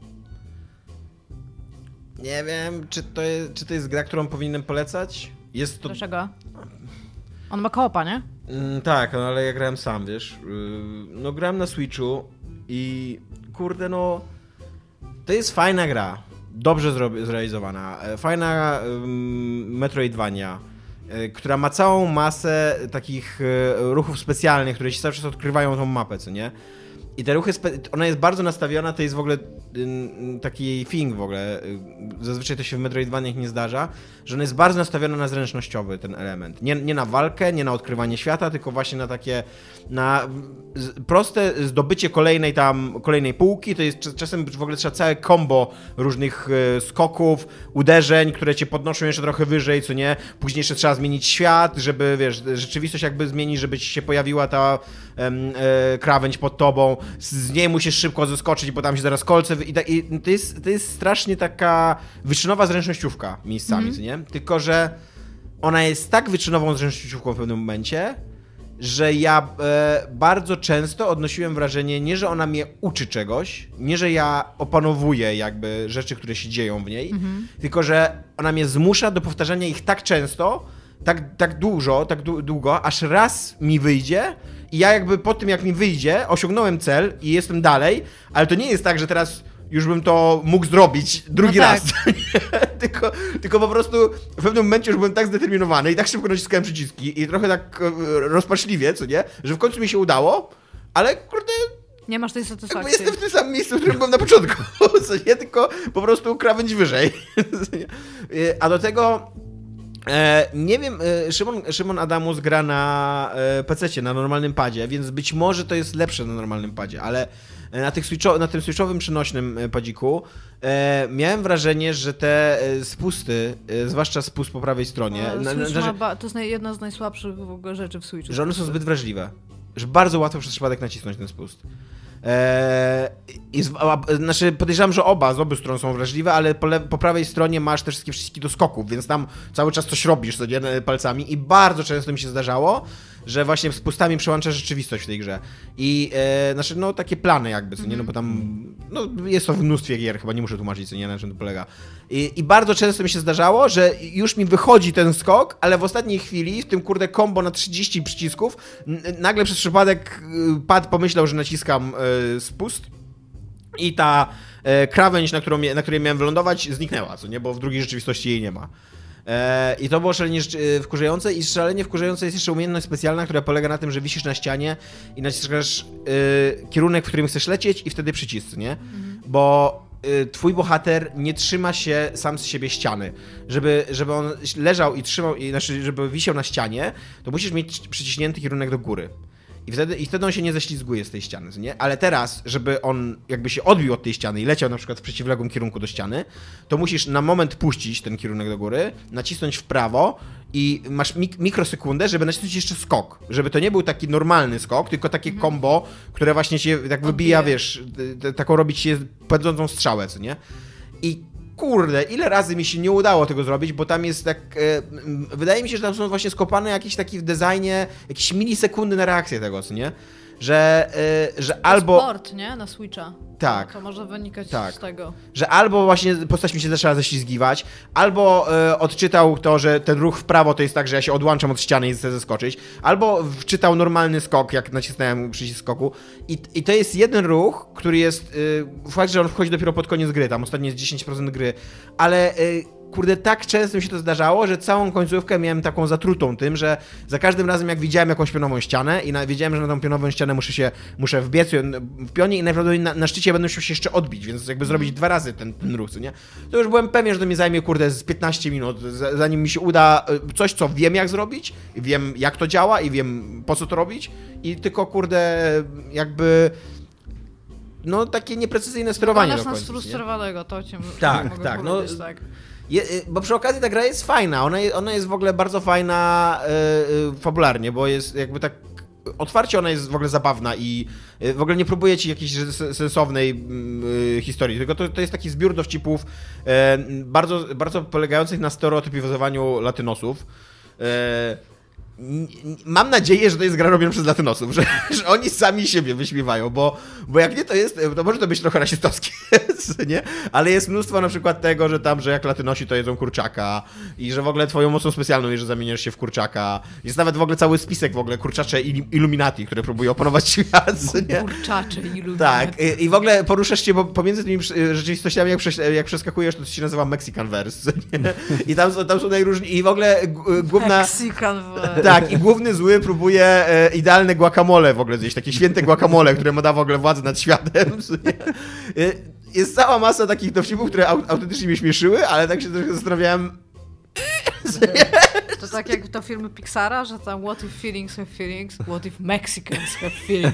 B: Nie wiem, czy to jest, czy to jest gra, którą powinienem polecać. Jest to...
C: Dlaczego? On ma koopa, nie?
B: Mm, tak, no, ale ja grałem sam, wiesz. Yy, no grałem na Switchu i kurde, no to jest fajna gra. Dobrze zrobi- zrealizowana. Fajna ym, Metroidvania, y, która ma całą masę takich y, ruchów specjalnych, które ci cały czas odkrywają tą mapę, co nie? I te ruchy, spe- ona jest bardzo nastawiona, to jest w ogóle y, taki thing w ogóle, y, zazwyczaj to się w Metroidvaniach nie zdarza, że ona jest bardzo nastawiona na zręcznościowy ten element. Nie, nie na walkę, nie na odkrywanie świata, tylko właśnie na takie, na z, proste zdobycie kolejnej tam, kolejnej półki, to jest czasem w ogóle trzeba całe combo różnych y, skoków, uderzeń, które cię podnoszą jeszcze trochę wyżej, co nie? Później jeszcze trzeba zmienić świat, żeby, wiesz, rzeczywistość jakby zmienić, żeby ci się pojawiła ta y, y, krawędź pod tobą. Z niej musisz szybko zeskoczyć, bo tam się zaraz kolce... Wy... I, ta, i to, jest, to jest strasznie taka wyczynowa zręcznościówka miejscami, mm-hmm. nie? Tylko że ona jest tak wyczynową zręcznościówką w pewnym momencie, że ja e, bardzo często odnosiłem wrażenie, nie że ona mnie uczy czegoś, nie że ja opanowuję jakby rzeczy, które się dzieją w niej, mm-hmm. tylko że ona mnie zmusza do powtarzania ich tak często, tak, tak dużo, tak długo, aż raz mi wyjdzie i ja jakby po tym, jak mi wyjdzie, osiągnąłem cel i jestem dalej, ale to nie jest tak, że teraz już bym to mógł zrobić drugi no tak. raz. tylko, tylko po prostu w pewnym momencie już byłem tak zdeterminowany i tak szybko naciskałem przyciski i trochę tak rozpaczliwie, co nie, że w końcu mi się udało, ale kurde...
C: Nie masz tej satysfakcji.
B: Jestem w tym samym miejscu, w którym byłem na początku, co nie, tylko po prostu krawędź wyżej. A do tego... E, nie wiem, e, Szymon, Szymon Adamus gra na e, pececie, na normalnym padzie, więc być może to jest lepsze na normalnym padzie, ale na, tych switcho, na tym switchowym przenośnym padziku e, miałem wrażenie, że te e, spusty, e, zwłaszcza spust po prawej stronie,
C: no,
B: na, na, na,
C: ba- to jest jedna z najsłabszych w ogóle rzeczy w Switchu.
B: Że one są zbyt wrażliwe, że bardzo łatwo przez przypadek nacisnąć ten spust. Eee, i z, a, znaczy podejrzewam, że oba z obu stron są wrażliwe, ale po, le, po prawej stronie masz te wszystkie przyciski do skoków, więc tam cały czas coś robisz co nie, palcami i bardzo często mi się zdarzało, że właśnie z pustami przełącza rzeczywistość w tej grze. I e, znaczy no takie plany jakby, co nie, no bo tam no jest to w mnóstwie gier, chyba nie muszę tłumaczyć, co nie, na czym to polega. I, I bardzo często mi się zdarzało, że już mi wychodzi ten skok, ale w ostatniej chwili, w tym kurde combo na trzydzieści przycisków, n- nagle przez przypadek y, pad pomyślał, że naciskam y, spust i ta y, krawędź, na, którą, mia- na której miałem wylądować, zniknęła, co nie, bo w drugiej rzeczywistości jej nie ma. I to było szalenie wkurzające i szalenie wkurzająca jest jeszcze umiejętność specjalna, która polega na tym, że wisisz na ścianie i naciskasz y, kierunek, w którym chcesz lecieć i wtedy przycisk, nie? Mhm. Bo y, twój bohater nie trzyma się sam z siebie ściany. Żeby, żeby on leżał i trzymał, i, znaczy żeby wisiał na ścianie, to musisz mieć przyciśnięty kierunek do góry. I wtedy, I wtedy on się nie ześlizguje z tej ściany, nie? Ale teraz, żeby on jakby się odbił od tej ściany i leciał na przykład w przeciwległym kierunku do ściany, to musisz na moment puścić ten kierunek do góry, nacisnąć w prawo i masz mik- mikrosekundę, żeby nacisnąć jeszcze skok. Żeby to nie był taki normalny skok, tylko takie mhm. combo, które właśnie cię tak wybija, Odbije. wiesz, t- taką robić się pędzącą strzałę, co nie? I kurde, ile razy mi się nie udało tego zrobić, bo tam jest tak... E, wydaje mi się, że tam są właśnie skopane jakieś takie w designie, jakieś milisekundy na reakcję tego, co nie? Że, e, że
C: to
B: albo...
C: sport, nie? Na Switcha.
B: Tak.
C: To może wynikać
B: tak.
C: z tego.
B: Że albo właśnie postać mi się zaczęła ześlizgiwać, albo e, odczytał to, że ten ruch w prawo to jest tak, że ja się odłączam od ściany i chcę zeskoczyć, albo wczytał normalny skok, jak nacisnąłem przycisk skoku. I, i to jest jeden ruch, który jest... E, fakt, że on wchodzi dopiero pod koniec gry, tam ostatnio jest dziesięć procent gry, ale... E, Kurde, tak często mi się to zdarzało, że całą końcówkę miałem taką zatrutą tym, że za każdym razem jak widziałem jakąś pionową ścianę i na, wiedziałem, że na tą pionową ścianę muszę się, muszę wbiec w pionie i najprawdopodobniej na, na szczycie będę musiał się jeszcze odbić, więc jakby zrobić dwa razy ten, ten ruch, co nie? To już byłem pewien, że to mi zajmie, kurde, z piętnaście minut, zanim mi się uda coś, co wiem jak zrobić, wiem jak to działa i wiem po co to robić i tylko, kurde, jakby... No, takie nieprecyzyjne sterowanie do końca.
C: Sfrustrowanego, to cię
B: tak,
C: mogę
B: tak,
C: powiedzieć,
B: no,
C: tak.
B: Je, bo przy okazji ta gra jest fajna, ona, ona jest w ogóle bardzo fajna yy, fabularnie, bo jest jakby tak otwarcie ona jest w ogóle zabawna i yy, w ogóle nie próbuje ci jakiejś sensownej yy, historii, tylko to, to jest taki zbiór dowcipów yy, bardzo, bardzo polegających na stereotypizowaniu latynosów. Yy, Mam nadzieję, że to jest gra robiona przez latynosów, że, że oni sami siebie wyśmiewają, bo, bo jak nie to jest, to może to być trochę rasistowskie, nie? Ale jest mnóstwo na przykład tego, że tam, że jak latynosi to jedzą kurczaka i że w ogóle twoją mocą specjalną jest, że zamieniasz się w kurczaka. Jest nawet w ogóle cały spisek w ogóle kurczacze Illuminati, które próbują opanować świat, nie?
C: Kurczacze Illuminati.
B: Tak, i, i w ogóle poruszasz się, bo pomiędzy tymi rzeczywistościami, jak, jak przeskakujesz, to, to się nazywa Mexicanverse, nie? I tam są, tam są najróżniejsze, i w ogóle główna...
C: Mexicanverse.
B: Tak, i główny zły próbuje e, idealne guacamole w ogóle zjeść, takie święte guacamole, które ma da w ogóle władzę nad światem. E, jest cała masa takich dowcipów, które au, autentycznie mnie śmieszyły, ale tak się trochę zastanawiałem...
C: To tak jak to filmy Pixara, że tam what if feelings have feelings, what if Mexicans have feelings.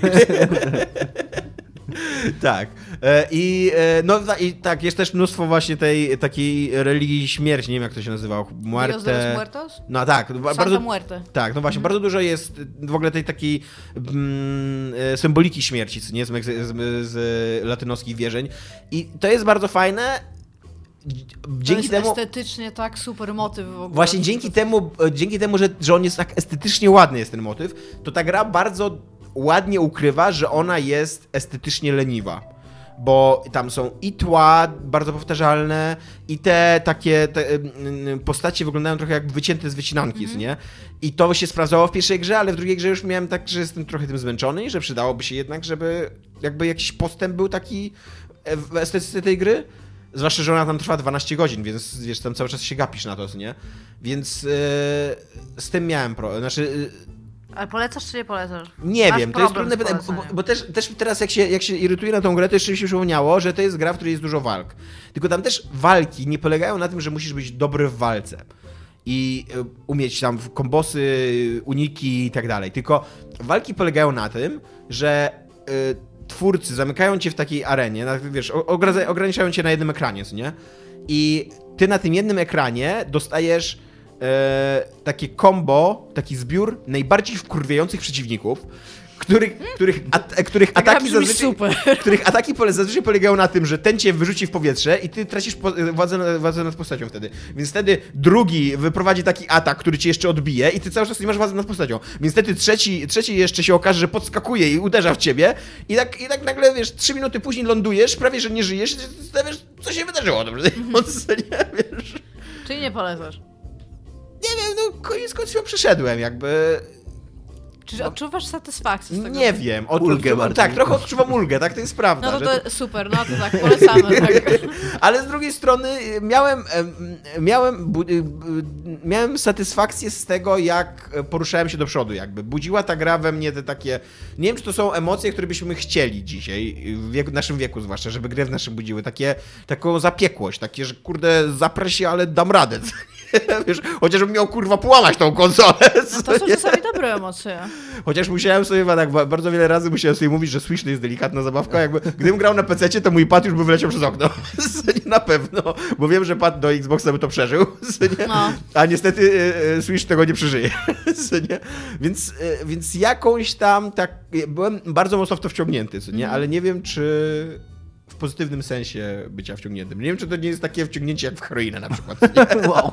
B: Tak. I, no, i tak, jest też mnóstwo właśnie tej takiej religii śmierci, nie wiem jak to się nazywa. Muerte.
C: Dios de los Muertos?
B: No tak.
C: Santa
B: bardzo,
C: Muerte.
B: Tak, no właśnie, mm. bardzo dużo jest w ogóle tej takiej mm, symboliki śmierci, co nie, z, z, z latynoskich wierzeń. I to jest bardzo fajne. Dzięki
C: to jest
B: temu,
C: estetycznie tak super motyw w ogóle.
B: Właśnie dzięki temu, dzięki temu że, że on jest tak estetycznie ładny, jest ten motyw, to ta gra bardzo ładnie ukrywa, że ona jest estetycznie leniwa. Bo tam są i tła bardzo powtarzalne, i te takie te postacie wyglądają trochę jak wycięte z wycinanki, mm-hmm. nie? I to się sprawdzało w pierwszej grze, ale w drugiej grze już miałem tak, że jestem trochę tym zmęczony i że przydałoby się jednak, żeby jakby jakiś postęp był taki w estetyce tej gry. Zwłaszcza, że ona tam trwa dwanaście godzin, więc wiesz, tam cały czas się gapisz na to, nie? Więc yy, z tym miałem problem. Znaczy... Yy,
C: Ale polecasz czy nie polecasz?
B: Nie
C: Masz
B: wiem, to jest trudne pytanie, bo, bo też, też teraz jak się, jak się irytuję na tą grę, to jeszcze mi się przypomniało, że to jest gra, w której jest dużo walk. Tylko tam też walki nie polegają na tym, że musisz być dobry w walce i y, umieć tam kombosy, uniki i tak dalej. Tylko walki polegają na tym, że y, twórcy zamykają cię w takiej arenie, wiesz, ograniczają cię na jednym ekranie, co nie? I ty na tym jednym ekranie dostajesz e, takie combo, taki zbiór najbardziej wkurwiających przeciwników, których, których, at, których ataki zazwyczaj,
C: super.
B: których ataki pole, zazwyczaj polegają na tym, że ten cię wyrzuci w powietrze i ty tracisz po, władzę, władzę nad postacią wtedy. Więc wtedy drugi wyprowadzi taki atak, który cię jeszcze odbije i ty cały czas nie masz władzy nad postacią. Więc wtedy trzeci, trzeci jeszcze się okaże, że podskakuje i uderza w ciebie i tak, i tak nagle, wiesz, trzy minuty później lądujesz, prawie, że nie żyjesz i wiesz, co się wydarzyło. Dobrze, nie wiesz.
C: Czyli nie polecasz.
B: Nie wiem, no koniec końców przeszedłem, jakby...
C: Czy odczuwasz satysfakcję z tego?
B: Nie wiem. Od,
D: ulgę
B: odczuwam,
D: bardziej.
B: tak, trochę odczuwam ulgę, tak, to jest prawda.
C: No to,
B: że
C: to super, no to tak, polecamy. Tak.
B: Ale z drugiej strony miałem, em, miałem, bu- y, miałem satysfakcję z tego, jak poruszałem się do przodu, jakby. Budziła ta gra we mnie te takie... Nie wiem, czy to są emocje, które byśmy chcieli dzisiaj, w wieku, naszym wieku zwłaszcza, żeby gry w naszym budziły. Takie, taką zapiekłość, takie, że kurde, zaprę się, ale dam radę. Wiesz, chociażbym miał, kurwa, połamać tą konsolę.
C: No to są czasami dobre emocje.
B: Chociaż musiałem sobie, tak, bardzo wiele razy musiałem sobie mówić, że Switch to jest delikatna zabawka. Jakby, gdybym grał na pececie, to mój pad już by wyleciał przez okno. Na pewno, bo wiem, że pad do Xboxa by to przeżył.
C: No.
B: A niestety Switch tego nie przeżyje. Więc, więc jakąś tam, tak, byłem bardzo mocno w to wciągnięty, co nie? Ale nie wiem, czy w pozytywnym sensie bycia wciągniętym. Nie wiem, czy to nie jest takie wciągnięcie jak w heroinę na przykład.
D: Wow.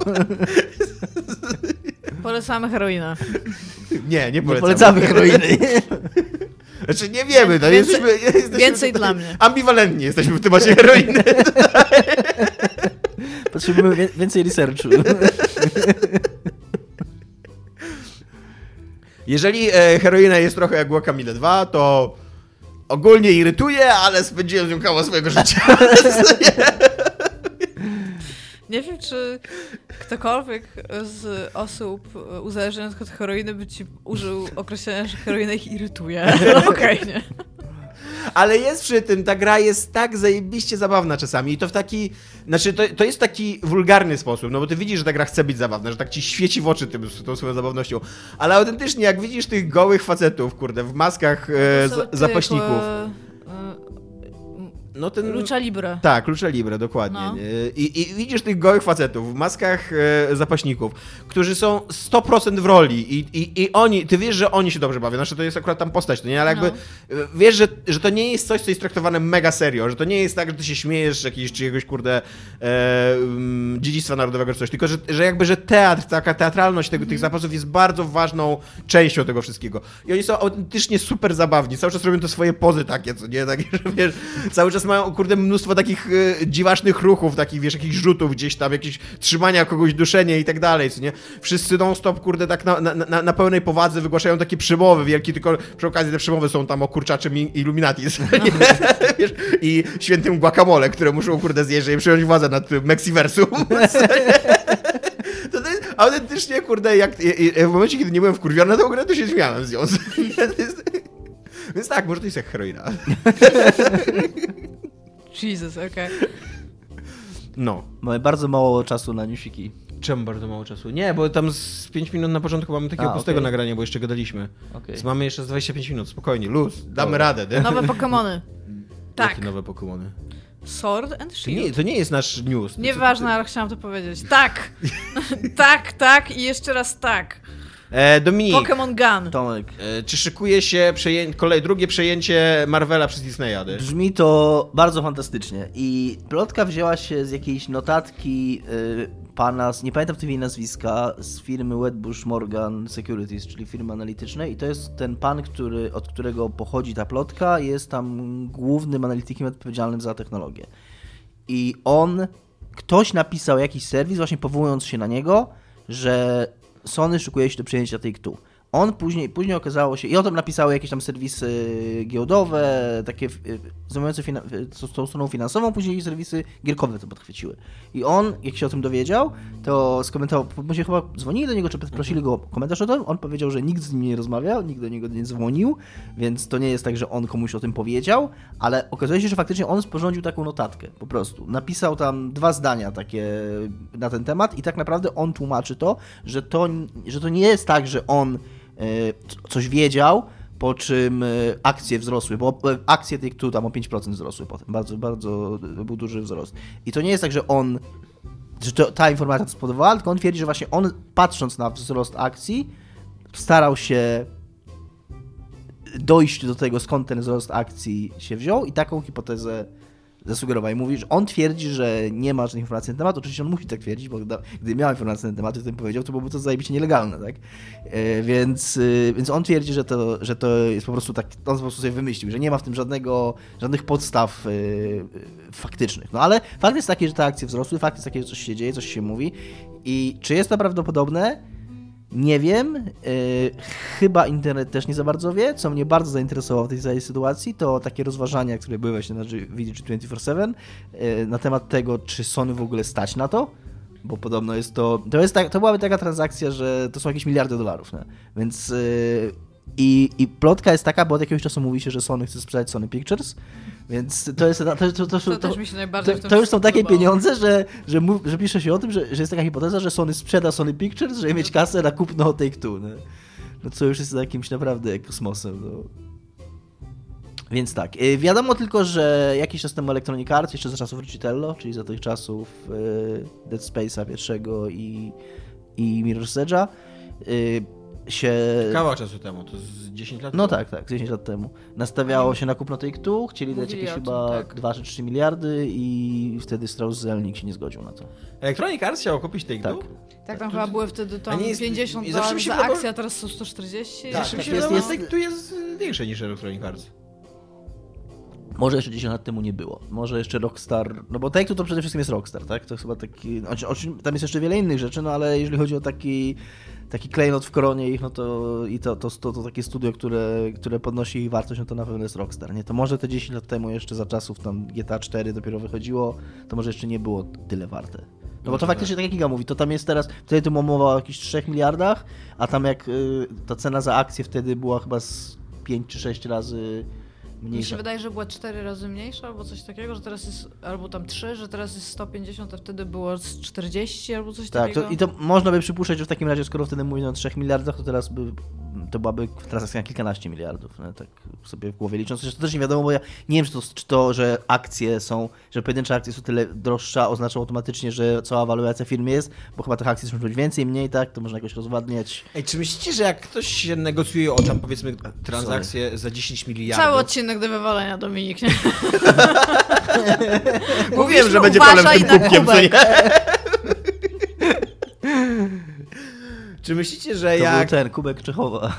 C: Polecamy heroinę.
B: Nie, nie
D: Nie
B: polecamy.
D: polecamy heroiny.
B: Znaczy nie wiemy, no
C: Więcej-
B: jesteśmy, jesteśmy
C: więcej
B: tutaj
C: dla mnie.
B: ambiwalentni jesteśmy w temacie heroiny.
D: Potrzebujemy wie- więcej researchu.
B: Jeżeli e, heroina jest trochę jak Guacamole dwa, to ogólnie irytuje, ale spędziłem z nią kawał swojego życia.
C: Nie wiem, czy ktokolwiek z osób uzależnionych od heroiny by ci użył określenia, że heroina ich irytuje. No okej, okay, nie?
B: Ale jest przy tym, ta gra jest tak zajebiście zabawna czasami i to w taki, znaczy to, to jest taki wulgarny sposób, no bo ty widzisz, że ta gra chce być zabawna, że tak ci świeci w oczy tym, tą swoją zabawnością, ale autentycznie jak widzisz tych gołych facetów, kurde, w maskach e,
C: To są
B: za,
C: ty
B: zapaśników,
C: jako, e,
B: no ten...
C: Lucha Libre.
B: Tak, Lucha Libre, dokładnie.
C: No.
B: I, I widzisz tych gołych facetów w maskach e, zapaśników, którzy są sto procent w roli i, i, i oni, ty wiesz, że oni się dobrze bawią, znaczy to jest akurat tam postać, no nie, ale jakby
C: No.
B: e, wiesz, że, że to nie jest coś, co jest traktowane mega serio, że to nie jest tak, że ty się śmiejesz z jakiegoś czyjegoś, kurde, e, um, dziedzictwa narodowego czy coś, tylko że, że jakby, że teatr, taka teatralność tego, tych zapasów jest bardzo ważną częścią tego wszystkiego. I oni są autentycznie super zabawni, cały czas robią to swoje pozy takie, co nie, takie, że wiesz, cały czas mają, kurde, mnóstwo takich e, dziwacznych ruchów, takich, wiesz, jakichś rzutów gdzieś tam, jakieś trzymania kogoś, duszenie i tak dalej, co nie? Wszyscy non-stop, kurde, tak na, na, na, na pełnej powadze wygłaszają takie przemowy wielkie, tylko przy okazji te przemowy są tam o kurczaczym Illuminati, co nie? Wiesz, i świętym guacamole, które muszą, kurde, zjeść, żeby przejąć władzę nad Mexiversum. To, to jest autentycznie, kurde, jak w momencie, kiedy nie byłem wkurwiony na tę grę, to się śmiałem z nią. Więc tak, może to jest jak heroina.
C: Jesus, okej. Okay.
B: No.
D: Mamy bardzo mało czasu na newsiki.
B: Czemu bardzo mało czasu? Nie, bo tam z pięć minut na początku mamy takiego
D: A,
B: pustego
D: okay.
B: nagrania, bo jeszcze gadaliśmy.
D: Okay.
B: Więc mamy jeszcze z dwadzieścia pięć minut, spokojnie, luz, damy
D: Dobra.
B: radę. Nie?
C: Nowe Pokemony. Tak.
B: Jakie nowe Pokemony?
C: Sword and
B: To
C: Shield.
B: nie, to nie jest nasz news. To
C: Nieważne,
B: co-
C: ale chciałam to powiedzieć. Tak! tak, tak i jeszcze raz tak.
B: E, Dominik,
C: Pokémon Gun.
D: Tomek.
B: e, czy szykuje się przeję... kolej... drugie przejęcie Marvela przez Disneya? Ty?
D: Brzmi to bardzo fantastycznie i plotka wzięła się z jakiejś notatki y, pana, z, nie pamiętam w tej chwili nazwiska, z firmy Wedbush Morgan Securities, czyli firmy analitycznej i to jest ten pan, który, od którego pochodzi ta plotka, jest tam głównym analitykiem odpowiedzialnym za technologię. I on, ktoś napisał jakiś serwis właśnie powołując się na niego, że Sony szykuje się do przejęcia Take-Two. On później, później okazało się, i o tym napisały jakieś tam serwisy giełdowe, takie zajmujące fina- z tą stroną finansową, później serwisy gierkowe to podchwyciły. I on, jak się o tym dowiedział, to skomentował, później chyba dzwonili do niego, czy prosili go o komentarz o tym, on powiedział, że nikt z nim nie rozmawiał, nikt do niego nie dzwonił, więc to nie jest tak, że on komuś o tym powiedział, ale okazuje się, że faktycznie on sporządził taką notatkę, po prostu. Napisał tam dwa zdania takie na ten temat i tak naprawdę on tłumaczy to, że to, że to nie jest tak, że on coś wiedział, po czym akcje wzrosły, bo akcje tych tu tam o pięć procent wzrosły potem, bardzo, bardzo był duży wzrost. I to nie jest tak, że on, że to, ta informacja to spowodowała, tylko on twierdzi, że właśnie on, patrząc na wzrost akcji, starał się dojść do tego, skąd ten wzrost akcji się wziął i taką hipotezę zasugerował. I mówi, że on twierdzi, że nie ma żadnych informacji na ten temat. Oczywiście on musi tak twierdzić, bo gdy miał informacje na ten temat, to bym powiedział, to byłoby to zajebiście nielegalne, tak? E, więc, e, więc on twierdzi, że to, że to jest po prostu tak, on po prostu sobie wymyślił, że nie ma w tym żadnego, żadnych podstaw e, faktycznych. No ale fakt jest taki, że te akcje wzrosły, fakt jest taki, że coś się dzieje, coś się mówi i czy jest to prawdopodobne? Nie wiem, yy, chyba internet też nie za bardzo wie. Co mnie bardzo zainteresowało w tej całej sytuacji, to takie rozważania, które były właśnie na V G dwadzieścia cztery siedem yy, na temat tego, czy Sony w ogóle stać na to, bo podobno jest to, to jest tak, to byłaby taka transakcja, że to są jakieś miliardy dolarów, nie? Więc yy, i, i plotka jest taka, bo od jakiegoś czasu mówi się, że Sony chce sprzedać Sony Pictures, więc to jest to, to, to, to,
C: To też mi się najbardziej w
D: to,
C: tym
D: to już są takie
C: podobało.
D: pieniądze, że, że, mów, że pisze się o tym, że, że jest taka hipoteza, że Sony sprzeda Sony Pictures, żeby mieć kasę na kupno Take-Two. No. no co już jest jakimś naprawdę kosmosem. No. Więc tak, yy, wiadomo tylko, że jakiś czas temu Electronic Arts, jeszcze za czasów Richitello, czyli za tych czasów yy, Dead Space'a pierwszego i, i Mirror's Edge'a, yy, się...
B: Kawał czasu temu, to z dziesięć lat
D: No
B: temu.
D: tak, tak, dziesięć lat temu. Nastawiało się na kupno Take-Two, chcieli dać
C: Mówili
D: jakieś
C: o tym,
D: chyba
C: tak.
D: dwa czy trzy miliardy i wtedy Strauss-Zelnick się nie zgodził na to.
B: Electronic Arts chciał kupić Take-Two?
D: Tak.
C: Tak, tam chyba były wtedy
B: A
C: tam
B: nie jest-
C: pięćdziesiąt
B: i zawsze
C: dolarów
B: mi się
C: za
B: wydawało-
C: akcję, a teraz są sto czterdzieści.
B: Tak,
D: tak,
B: mi się
D: jest-
B: wydawało, że
D: jest-
B: Take-Two jest większe niż Electronic Arts.
D: Może jeszcze dziesięć lat temu nie było. Może jeszcze Rockstar, no bo Take-Two to przede wszystkim jest Rockstar, tak? To jest chyba taki, znaczy, oczy- tam jest jeszcze wiele innych rzeczy, no ale jeżeli chodzi o taki, taki klejnot w koronie ich, no to i to, to, to, to takie studio, które, które podnosi ich wartość, no to na pewno jest Rockstar, nie? To może te dziesięć lat temu jeszcze za czasów tam G T A cztery dopiero wychodziło, to może jeszcze nie było tyle warte. No bo to faktycznie tak jak Giga mówi, to tam jest teraz, wtedy tu mowa o jakichś trzech miliardach, a tam jak y, ta cena za akcję wtedy była chyba z pięć czy sześć razy
C: Mi
D: mniejsza.
C: się wydaje, że była cztery razy mniejsza albo coś takiego, że teraz jest, albo tam trzy, że teraz jest sto pięćdziesiąt, a wtedy było z czterdzieści albo coś
D: Tak,
C: takiego.
D: to, i to można by przypuszczać, że w takim razie, skoro wtedy mówimy o trzech miliardach, to teraz by, to byłaby transakcja na kilkanaście miliardów, no, tak sobie w głowie licząc. Chociaż to też nie wiadomo, bo ja nie wiem, czy to, czy to, że akcje są, że pojedyncze akcje są tyle droższa, oznacza automatycznie, że cała waluacja firmy jest, bo chyba tych akcji są być więcej, mniej, tak, to można jakoś rozwadniać.
B: Ej, czy myślicie, że jak ktoś się negocjuje o tam powiedzmy transakcję za dziesięć miliardów...
C: Cały odcinek do wywalenia, Dominik, nie?
B: Mówiłem, że
C: Mówiliśmy,
B: będzie problem z
C: uważaj
B: tym
C: na
B: kubkiem, co nie?
C: kubek.
B: Czy myślicie, że
D: To
B: jak...
D: był ten kubek Czechowa.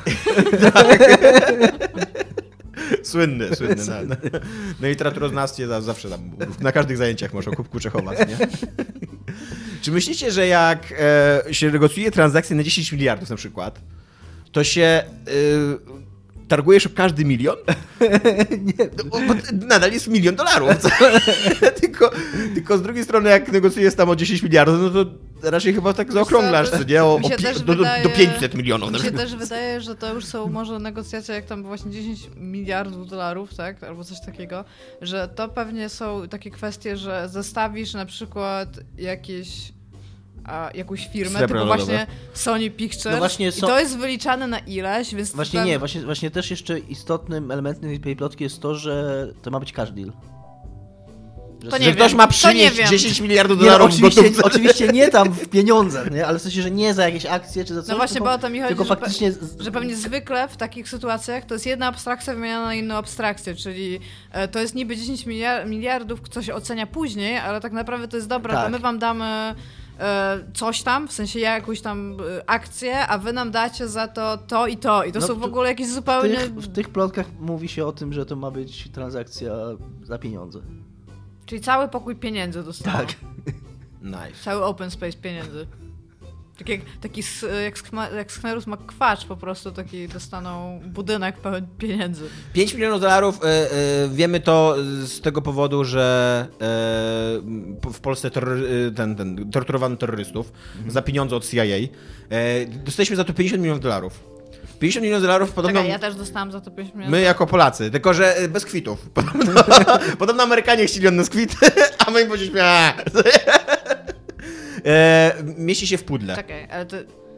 B: Słynny, słynny. No, no. no i literaturoznawstwie za- zawsze tam, na każdych zajęciach masz o kubku Czechowa, nie? Czy myślicie, że jak e, się negocjuje transakcję na dziesięć miliardów na przykład, to się e, targujesz o każdy milion? Nie. No, bo, bo nadal jest milion dolarów. Co? tylko, tylko z drugiej strony, jak negocjujesz tam o dziesięć miliardów, no to raczej chyba tak zaokrąglasz, co nie? O, o,
C: Mi się
B: pi-
C: też
B: do, do,
C: wydaje-
B: do pięćset milionów. na
C: Mi się
B: przykład.
C: też wydaje, że to już są może negocjacje jak tam właśnie dziesięć miliardów dolarów, tak? Albo coś takiego, że to pewnie są takie kwestie, że zestawisz na przykład jakieś a, jakąś firmę,
B: Srebro
C: typu
B: lodowe.
C: właśnie Sony Pictures
D: No właśnie
C: i
D: są-
C: to jest wyliczane na ileś, więc
D: Właśnie
C: ten...
D: nie, właśnie, właśnie też jeszcze istotnym elementem tej plotki jest to, że to ma być cash deal. Że
C: To
B: Że
C: nie
B: ktoś
C: wiem,
B: ma
C: to nie
B: przynieść
C: wiem.
B: dziesięć miliardów
D: Nie, no,
B: dolarów w
D: oczywiście,
B: gotówce.
D: oczywiście nie tam w pieniądzach, nie? Ale w sensie, że nie za jakieś akcje czy za coś,
C: No właśnie,
D: tylko,
C: bo o to mi chodzi,
D: tylko
C: że,
D: faktycznie...
C: pe- że pewnie zwykle w takich sytuacjach to jest jedna abstrakcja wymieniana na inną abstrakcję, czyli e, to jest niby dziesięć miliard, miliardów, co się ocenia później, ale tak naprawdę to jest dobra,
D: Tak.
C: to my wam damy e, coś tam, w sensie jakąś tam e, akcję, a wy nam dacie za to to i to. I to
D: No
C: są
D: to-
C: w ogóle jakieś
D: W
C: zupełnie...
D: tych, w tych plotkach mówi się o tym, że to ma być transakcja za pieniądze.
C: Czyli cały pokój pieniędzy dostaną.
D: Tak.
B: Nice.
C: Cały open space pieniędzy. Tak jak, taki, s- jak, Skma- jak Sknerus ma kwacz po prostu, taki dostaną budynek pełen pieniędzy.
B: pięć milionów dolarów, e, e, wiemy to z tego powodu, że e, w Polsce terrory, ten, ten, torturowano terrorystów
D: Mhm.
B: za pieniądze od C I A. E, dostaliśmy za to pięćdziesiąt milionów dolarów. pięćdziesiąt milionów dolarów podobno...
C: Czekaj, ja też dostałam za to pięć milionów.
B: My jako Polacy, tylko że e, bez kwitów. Podobno, podobno Amerykanie chcieli od nas kwit, a my im powiedzieliśmy... "A". E, mieści się w pudle.
C: Czekaj, ale to...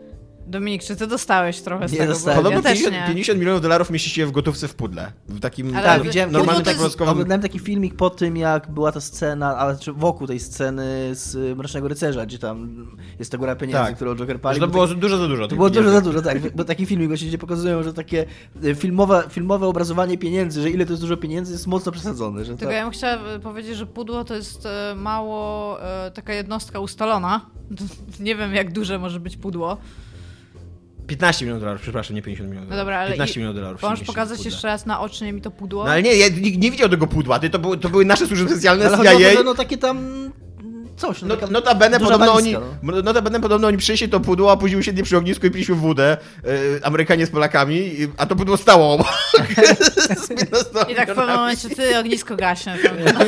C: Dominik, czy ty dostałeś trochę z
D: Nie
C: tego?
D: dostałem.
C: Bo
B: Podobno
C: ja też
B: pięćdziesiąt,
C: nie.
B: pięćdziesiąt milionów dolarów mieści się w gotówce w pudle. W takim
C: Ale
D: Tak,
C: wy-
D: widziałem,
B: normalnym
C: to jest-
B: tak rozkowym...
D: oglądałem taki filmik po tym, jak była ta scena, ale czy wokół tej sceny z Mrocznego Rycerza, gdzie tam jest ta góra pieniędzy,
B: Tak.
D: którą Joker pali.
B: To
D: bo
B: było
D: tak-
B: dużo za dużo.
D: To
B: tych
D: było dużo
B: pieniędzy.
D: za dużo, tak. Bo taki filmik właśnie, gdzie pokazują, że takie e, filmowe, filmowe obrazowanie pieniędzy, że ile to jest dużo pieniędzy, jest mocno przesadzone. Że to...
C: Tylko ja bym chciała powiedzieć, że pudło to jest e, mało e, taka jednostka ustalona. Nie wiem, jak duże może być pudło.
B: piętnaście milionów dolarów, przepraszam, nie pięćdziesiąt milionów
C: No dobra, ale
B: piętnaście
C: i-
B: milionów dolarów. się
C: Możesz
B: mieści w
C: pokazać
B: pudle.
C: jeszcze raz naocznie mi to pudło?
B: No ale nie, ja nikt nie widział tego pudła, ty, to, były, to były nasze służby specjalne
D: Ale
B: z
D: chodzi o to,
B: C I
D: że
B: A.
D: no takie tam coś. No,
B: No,
D: taka
B: notabene
D: duża
B: podobno
D: walizka,
B: oni,
D: no.
B: notabene podobno oni przynieśli to pudło, a później usiedli przy ognisku i piliśmy wódę, e, Amerykanie z Polakami, i- a to pudło stało obok. Z piętnastoma
C: I tak w pewnym
B: milionami.
C: momencie ty ognisko gaśnie.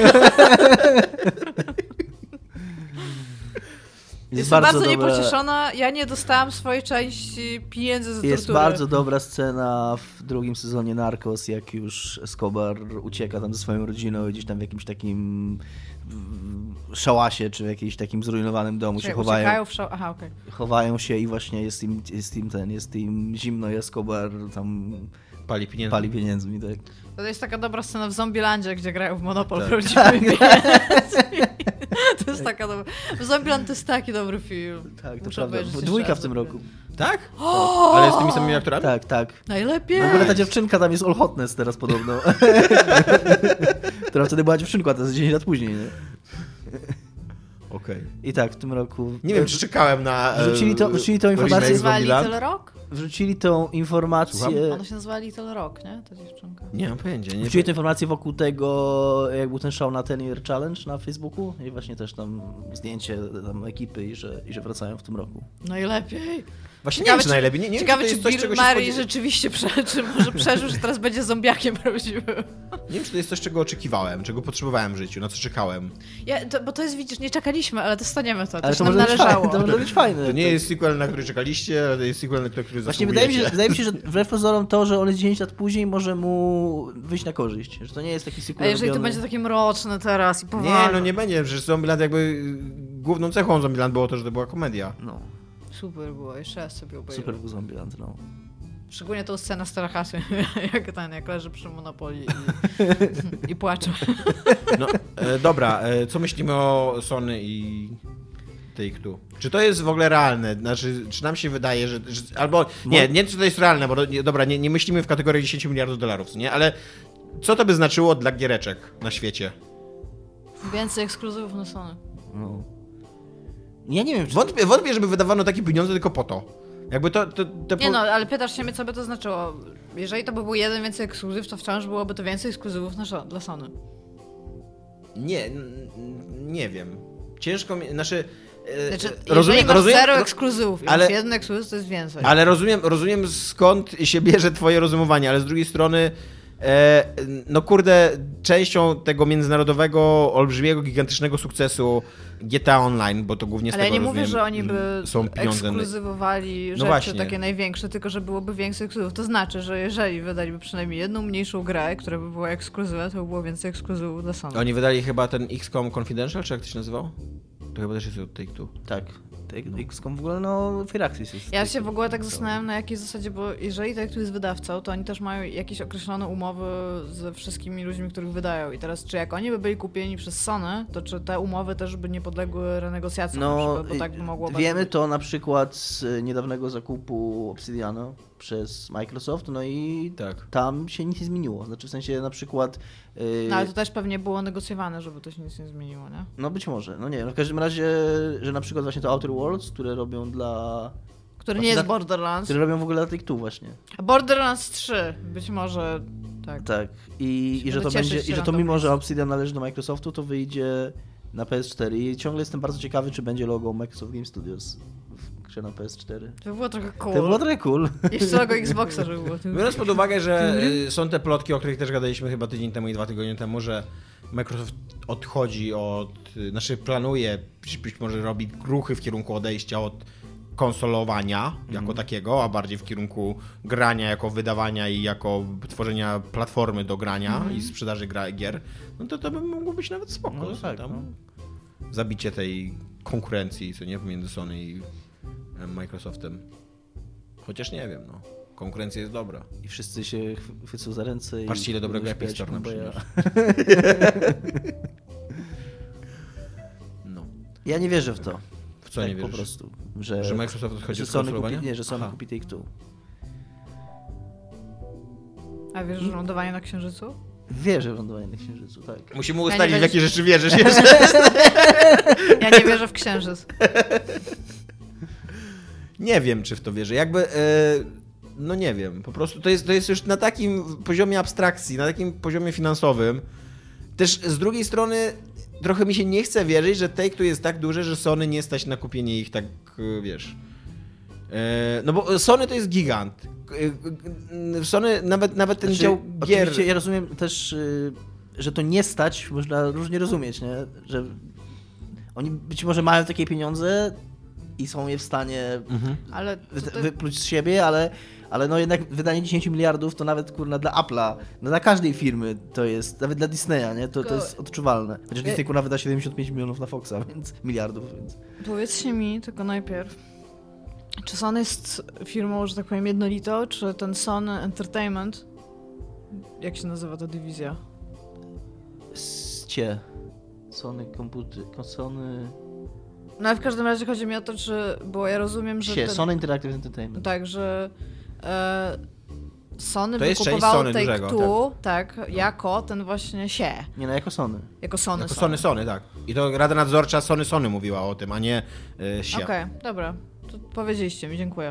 C: Jestem bardzo,
D: dobra-
C: niepocieszona. Ja nie dostałam swojej części pieniędzy za
D: Jest
C: tortury.
D: bardzo dobra scena w drugim sezonie Narcos, jak już Escobar ucieka tam ze swoją rodziną i gdzieś tam w jakimś takim w- szałasie, czy w jakimś takim zrujnowanym domu
C: Czekaj,
D: się chowają.
C: uciekają w szał... Aha, okej.
D: Chowają się i właśnie jest im, jest im ten, jest im zimno i Escobar tam
B: Pali pieniędzy.
D: pali pieniędzmi, tak.
C: To jest taka dobra scena w Zombielandzie, gdzie grają w Monopol
B: Tak.
C: prawdziwymi pieniędzmi. To jest taka dobra... Zombieland to jest taki dobry film.
D: Tak, to
C: Muszę
D: prawda.
C: obejrzeć jeszcze
D: Dwójka
C: raz
D: w tym
C: dopiero.
D: roku.
B: Tak? Ale z tymi samymi aktorami?
D: Tak, tak.
C: Najlepiej!
D: W ogóle ta dziewczynka tam jest All Hotness teraz podobno. Która wtedy była dziewczynką, a teraz dziesięć lat później, nie?
B: Okej.
D: I tak, w tym roku...
B: Nie wiem, czy czekałem na... e,
D: Wrzucili to- wrzucili tą
B: remake
D: informację z
C: Nazywali
B: Zombieland.
C: Little Rock?
D: Wrzucili tą informację...
B: Słucham?
C: Ona się nazywa Little Rock, nie? Ta dziewczynka.
B: Nie mam pojęcia. Nie
D: Wrzucili tę informację wokół tego, jak był ten show na Ten Year Challenge na Facebooku i właśnie też tam zdjęcie tam ekipy i że, i że wracają w tym roku.
C: Najlepiej.
B: Właśnie
C: Ciekawe,
B: nie wiem, czy
C: czy-
B: najlepiej. Nie, nie
C: Ciekawe,
B: wiem,
C: czy
B: czy to jest coś,
C: Bill
B: czego się
C: Murray
B: spodziewa-
C: rzeczywiście przeżył, może przeżył, że teraz będzie zombiakiem prawdziwym.
B: Nie wiem, czy to jest coś, czego oczekiwałem, czego potrzebowałem w życiu, na co czekałem.
C: Ja, to, bo to jest, widzisz, nie czekaliśmy, ale dostaniemy to. To
D: Ale
C: się
D: to
C: nam
D: może, być
C: należało.
D: fajne, to może być fajne.
B: To nie jest sequel, na który czekaliście, ale to jest sequel, na który
D: Właśnie wydaje mi, się,
B: zasługujecie.
D: wydaje mi się, że wbrew pozorom to, że on jest dziesięć lat później może mu wyjść na korzyść. Że to nie jest taki
C: A
D: sequel
C: jeżeli to
D: robiony-
C: będzie takie mroczne teraz i powolne.
B: Nie, no nie będzie, że Zombieland jakby... y, Główną cechą Zombieland było to, że to była komedia.
D: No,
C: Super było, jeszcze raz sobie obejrzę.
D: super był Zombieland, no.
C: Szczególnie tą scenę z Tarachasem, jak ten, jak leży przy Monopolii i, i płacze.
B: No, e, dobra, e, co myślimy o Sony i Take-Two? Czy to jest w ogóle realne? Znaczy, czy nam się wydaje, że... że albo, nie, nie czy to jest realne, bo to, nie, dobra, nie, nie myślimy w kategorii dziesięć miliardów dolarów, nie? Ale co to by znaczyło dla giereczek na świecie?
C: Więcej ekskluzywów na Sony.
D: no. Ja nie wiem, czy...
B: Wątpię, wątpię, żeby wydawano takie pieniądze tylko po to. Jakby to... to, to
C: Nie
B: po...
C: no, ale pytasz się mnie, co by to znaczyło. Jeżeli to by był jeden więcej ekskluzyw, to wciąż byłoby to więcej ekskluzywów na, dla Sony.
B: Nie, n- n- nie wiem. Ciężko mi... Znaczy... e,
C: Znaczy,
B: rozumiem,
C: jeżeli masz
B: rozumiem,
C: zero
B: ro-
C: ekskluzywów i
B: ale-
C: masz jeden ekskluzyw, to jest więcej.
B: Ale rozumiem, rozumiem skąd się bierze twoje rozumowanie, ale z drugiej strony, e, no kurde, częścią tego międzynarodowego, olbrzymiego, gigantycznego sukcesu G T A Online, bo to głównie z
C: Ale ja
B: tego
C: nie mówię,
B: rozumiem,
C: że oni by
B: są pieniądze.
C: ekskluzywowali rzeczy
B: właśnie.
C: takie największe, tylko że byłoby więcej ekskluzywów. To znaczy, że jeżeli wydaliby przynajmniej jedną mniejszą grę, która by była ekskluzywna, to by było więcej ekskluzywów dla Sony.
B: Oni wydali chyba ten X COM Confidential, czy jak to się nazywało? To chyba też jest od Take-Two.
D: Tak. Take- X COM w ogóle, no, Firaxis jest.
C: Ja się w ogóle tak zastanawiam, na jakiej zasadzie, bo jeżeli tak tu jest wydawcą, to oni też mają jakieś określone umowy ze wszystkimi ludźmi, których wydają. I teraz, czy jak oni by byli kupieni przez Sony, to czy te umowy też by nie podległy renegocjacjom, na
D: No,
C: przykład, bo tak by mogło
D: wiemy
C: być.
D: to na przykład z y, niedawnego zakupu Obsidianu przez Microsoft, no i
B: Tak.
D: tam się nic nie zmieniło. Znaczy w sensie na przykład... y,
C: No ale to też pewnie było negocjowane, żeby to się nic nie zmieniło, nie?
D: No być może, no nie, no w każdym razie, że na przykład właśnie to Outer Worlds, które robią dla...
C: Który
D: Właśnie
C: nie jest
D: na-
C: Borderlands.
D: które robią w ogóle dla Take-Two właśnie.
C: A Borderlands trzy, być może tak.
D: Tak. I, i że
C: będę
D: to
C: cieszyć
D: będzie,
C: się
D: i że
C: na
D: to
C: tą
D: mimo, że
C: listę.
D: Obsidian należy do Microsoftu, to wyjdzie na P S cztery i ciągle jestem bardzo ciekawy, czy będzie logo Microsoft Game Studios w grze na P S cztery.
C: To by było trochę cool.
D: To by było trochę cool.
C: Jeszcze logo Xboxa, żeby było.
B: Biorąc pod uwagę, że y, są te plotki, o których też gadaliśmy chyba tydzień temu i dwa tygodnie temu, że Microsoft odchodzi od, y, znaczy planuje, być, być może robi ruchy w kierunku odejścia od konsolowania jako takiego, a bardziej w kierunku grania jako wydawania i jako tworzenia platformy do grania i sprzedaży gra, gier, no to to by mogło być nawet spoko.
D: No
B: co
D: tak,
B: tam?
D: no.
B: Zabicie tej konkurencji, co nie, pomiędzy Sony i e, Microsoftem. Chociaż nie wiem, no. Konkurencja jest dobra.
D: I wszyscy się chwy- chwycą za ręce.
B: Patrzcie,
D: i
B: ile dobrego
D: będą
B: Epic
D: śpiewać
B: Store nam
D: Kumbaya.
B: No.
D: Ja nie wierzę w to.
B: W co
D: tak
B: nie
D: po
B: wierzysz?
D: prostu. Że,
B: Że Microsoft odchodzi
D: że
B: od
D: Sony
B: konsolowania?
D: kupi, nie, że Sony
B: Aha.
D: kupi Take-Two.
C: A wiesz, że lądowanie na Księżycu?
D: Wierzę w lądowanie na Księżycu, tak.
B: Musimy
C: nie
B: ustalić, w
C: wiem-
B: jakie rzeczy wierzysz jeszcze.
C: Ja nie wierzę w Księżyc.
B: Nie wiem, czy w to wierzę. Jakby, e, no nie wiem, po prostu to jest, to jest już na takim poziomie abstrakcji, na takim poziomie finansowym. Też z drugiej strony trochę mi się nie chce wierzyć, że Take-Two jest tak duże, że Sony nie stać na kupienie ich tak, e, wiesz... E, no bo Sony to jest gigant. E, Sony, nawet, nawet ten
D: Znaczy,
B: dział gier...
D: Oczywiście ja rozumiem też, y, że to nie stać, można różnie rozumieć, nie? Że oni być może mają takie pieniądze i są je w stanie
B: Mhm.
C: Ale
D: wy,
C: to, to,
D: wypluć z siebie, ale, ale no jednak wydanie dziesięć miliardów to nawet kurna dla Apple'a, no dla każdej firmy to jest, nawet dla Disneya, nie? To, to jest odczuwalne. Chociaż Disney kurna wyda siedemdziesiąt pięć milionów na Foxa, więc miliardów, więc...
C: powiedzcie mi tylko najpierw, czy Sony jest firmą, że tak powiem, jednolitą, czy ten Sony Entertainment, jak się nazywa ta dywizja?
D: Cie. Sony komputer, Sony...
C: No ale w każdym razie chodzi mi o to, czy, bo ja rozumiem, że
D: Cie,
C: ten,
D: Sony Interactive Entertainment.
C: tak, że e, Sony
B: To jest część
C: wykupowało
B: Sony dużego,
C: Take-Two, tak, jako ten właśnie sie,
D: Nie no, jako Sony.
C: jako Sony
B: Jako Sony, Sony, tak. I to Rada Nadzorcza Sony Sony mówiła o tym, a nie e, sie.
C: Okej, dobra, to powiedzieliście mi, dziękuję.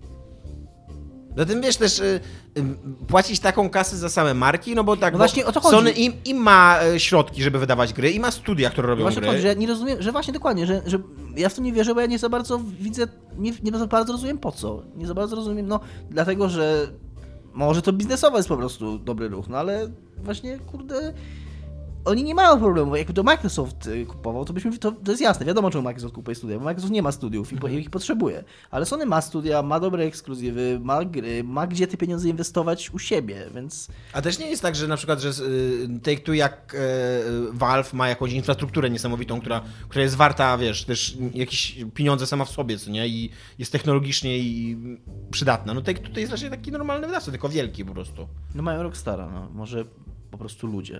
B: Zatem wiesz też, y, y, płacić taką kasę za same marki, no bo tak,
D: No
B: bo
D: właśnie o to chodzi.
B: Sony im, im ma e, środki, żeby wydawać gry, i ma studia, które robią
D: Właśnie
B: gry.
D: chodzi, że ja nie rozumiem, że właśnie dokładnie, że, że ja w to nie wierzę, bo ja nie za bardzo widzę, nie, nie za bardzo rozumiem po co. Nie za bardzo rozumiem, no dlatego, że może to biznesowo jest po prostu dobry ruch, no ale właśnie, kurde, oni nie mają problemu, bo jakby to Microsoft y, kupował, to byśmy, to, to jest jasne, wiadomo czemu Microsoft kupuje studia, bo Microsoft nie ma studiów i po, ich potrzebuje, ale Sony ma studia, ma dobre ekskluzywy, ma gry, ma gdzie te pieniądze inwestować u siebie, więc...
B: A też nie jest tak, że na przykład, że y, Take-Two jak y, Valve ma jakąś infrastrukturę niesamowitą, która, która jest warta, wiesz, też jakieś pieniądze sama w sobie, co nie? I jest technologicznie i przydatna. No Take-Two to jest raczej taki normalny wydawca, tylko wielki po prostu.
D: No mają Rockstara, no, może po prostu ludzie.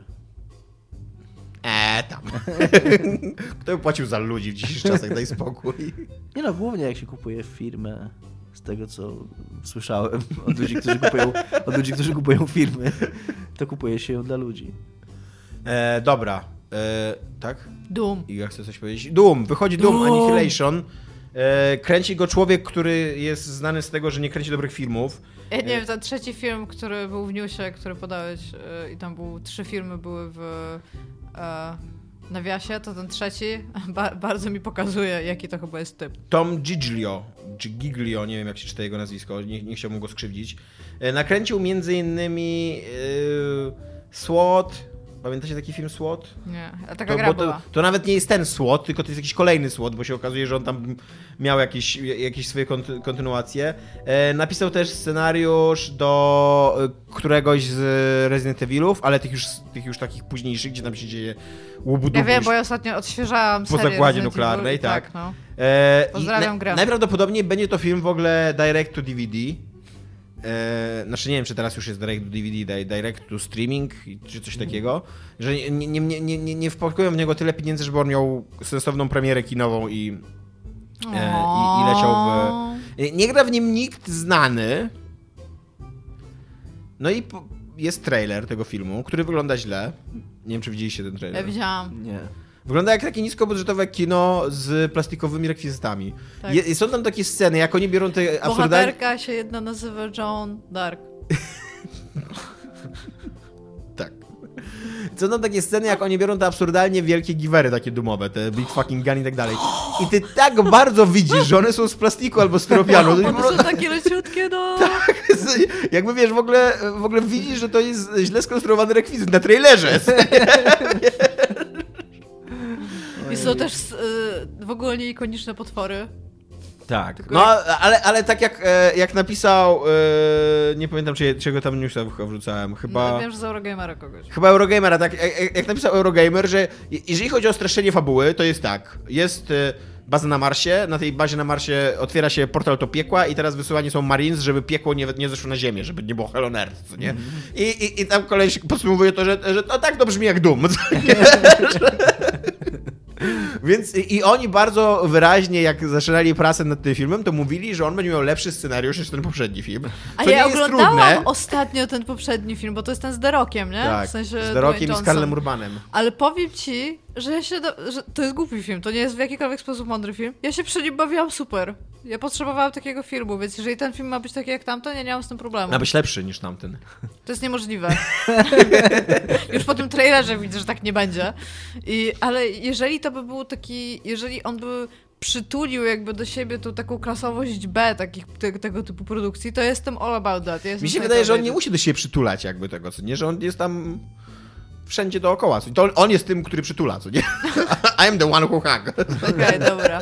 B: Eee, tam. Kto by płacił za ludzi w dzisiejszych czasach? Daj spokój.
D: Nie no, głównie jak się kupuje firmę, z tego co słyszałem od ludzi, którzy kupują, od ludzi, którzy kupują firmy, to kupuje się ją dla ludzi.
B: E, dobra. E, tak?
C: Doom.
B: I ja chcę coś powiedzieć. Doom. Wychodzi Doom,
C: Doom.
B: Annihilation. E, kręci go człowiek, który jest znany z tego, że nie kręci dobrych filmów.
C: Ja nie wiem, ten trzeci film, który był w newsie, który podałeś yy, i tam był, trzy filmy były w yy, nawiasie, to ten trzeci ba- bardzo mi pokazuje, jaki to chyba jest typ.
B: Tom Giglio, czy Giglio, nie wiem jak się czyta jego nazwisko, nie, nie chciałbym go skrzywdzić. E, nakręcił między innymi e, SWAT. Pamiętacie taki film SWAT?
C: Nie, a taka
B: To,
C: gra
B: bo to,
C: była.
B: to nawet nie jest ten SWAT, tylko to jest jakiś kolejny SWAT, bo się okazuje, że on tam miał jakieś, jakieś swoje konty, kontynuacje. E, napisał też scenariusz do e, któregoś z Resident Evilów, ale tych już, tych już takich późniejszych, gdzie tam się dzieje łubu-dubu.
C: Ja wiem, bo ja ostatnio odświeżałam
B: Po
C: serię
B: zakładzie
C: Resident
B: nuklearnej,
C: Evil i
B: tak.
C: no.
B: E,
C: Pozdrawiam
B: i
C: grę.
B: Najprawdopodobniej będzie to film w ogóle direct to D V D. E, znaczy nie wiem, czy teraz już jest direct to D V D, direct to streaming, czy coś takiego, że nie, nie, nie, nie, nie, nie wpakują w niego tyle pieniędzy, żeby on miał sensowną premierę kinową i, e, i, i leciał w... E, nie gra w nim nikt znany. No i po, jest trailer tego filmu, który wygląda źle. Nie wiem, czy widzieliście ten trailer.
C: Ja widziałam.
D: Nie.
B: Wygląda jak takie niskobudżetowe kino z plastikowymi rekwizytami.
C: Tak.
B: Je, są tam takie sceny, jak oni biorą te absurdalne...
C: Bohaterka się jedna nazywa Joan Dark.
B: Tak. Są tam takie sceny, jak oni biorą te absurdalnie wielkie giwery, takie dumowe, te big fucking gun i tak dalej. I ty tak bardzo widzisz, że one są z plastiku albo z styropianu.
C: One są takie leciutkie, no.
B: Jakby wiesz, w ogóle, w ogóle widzisz, że to jest źle skonstruowany rekwizyt na trailerze.
C: I są też y, w ogóle nieikoniczne potwory.
B: Tak.
C: Tylko
B: No,
C: jak-
B: ale, ale tak jak, e, jak napisał, e, nie pamiętam, czy, czego tam newsa wrzucałem, chyba...
C: No, wiem, że z Eurogamera kogoś.
B: Chyba Eurogamera, tak, jak, jak napisał Eurogamer, że je- jeżeli chodzi o streszczenie fabuły, to jest tak, jest, e, bazę na Marsie, na tej bazie na Marsie otwiera się portal do piekła i teraz wysyłani są Marines, żeby piekło nie, nie zeszło na ziemię, żeby nie było Hell on Earth, co nie? Mm. I, i, I tam koleś podsumowuje to, że, że no tak to brzmi jak Doom, co nie? Więc i oni bardzo wyraźnie, jak zaczynali pracę nad tym filmem, to mówili, że on będzie miał lepszy scenariusz niż ten poprzedni film.
C: A
B: co
C: ja
B: nie jest
C: oglądałam
B: trudne.
C: ostatnio ten poprzedni film, bo to jest ten z The Rockiem, nie?
B: Tak,
C: w sensie
B: z The Rockiem i z Karlem
C: Johnson.
B: Urbanem.
C: Ale powiem ci, że ja się, do, że to jest głupi film, to nie jest w jakikolwiek sposób mądry film. Ja się przy nim bawiłam super. Ja potrzebowałam takiego filmu, więc jeżeli ten film ma być taki jak tamten, ja nie mam z tym problemu.
B: Ma być lepszy niż tamten.
C: To jest niemożliwe. Już po tym trailerze widzę, że tak nie będzie. I, ale jeżeli to by był taki, jeżeli on by przytulił jakby do siebie tą taką klasowość B takich, te, tego typu produkcji, to jestem all about that. Ja jestem
B: Mi się
C: tutaj
B: wydaje, że on nie
C: obejrzeć.
B: musi do siebie przytulać jakby tego, co nie? Że on jest tam wszędzie dookoła. Co? To on jest tym, który przytula, co nie? I am the one who hug.
C: Okej, okay, dobra.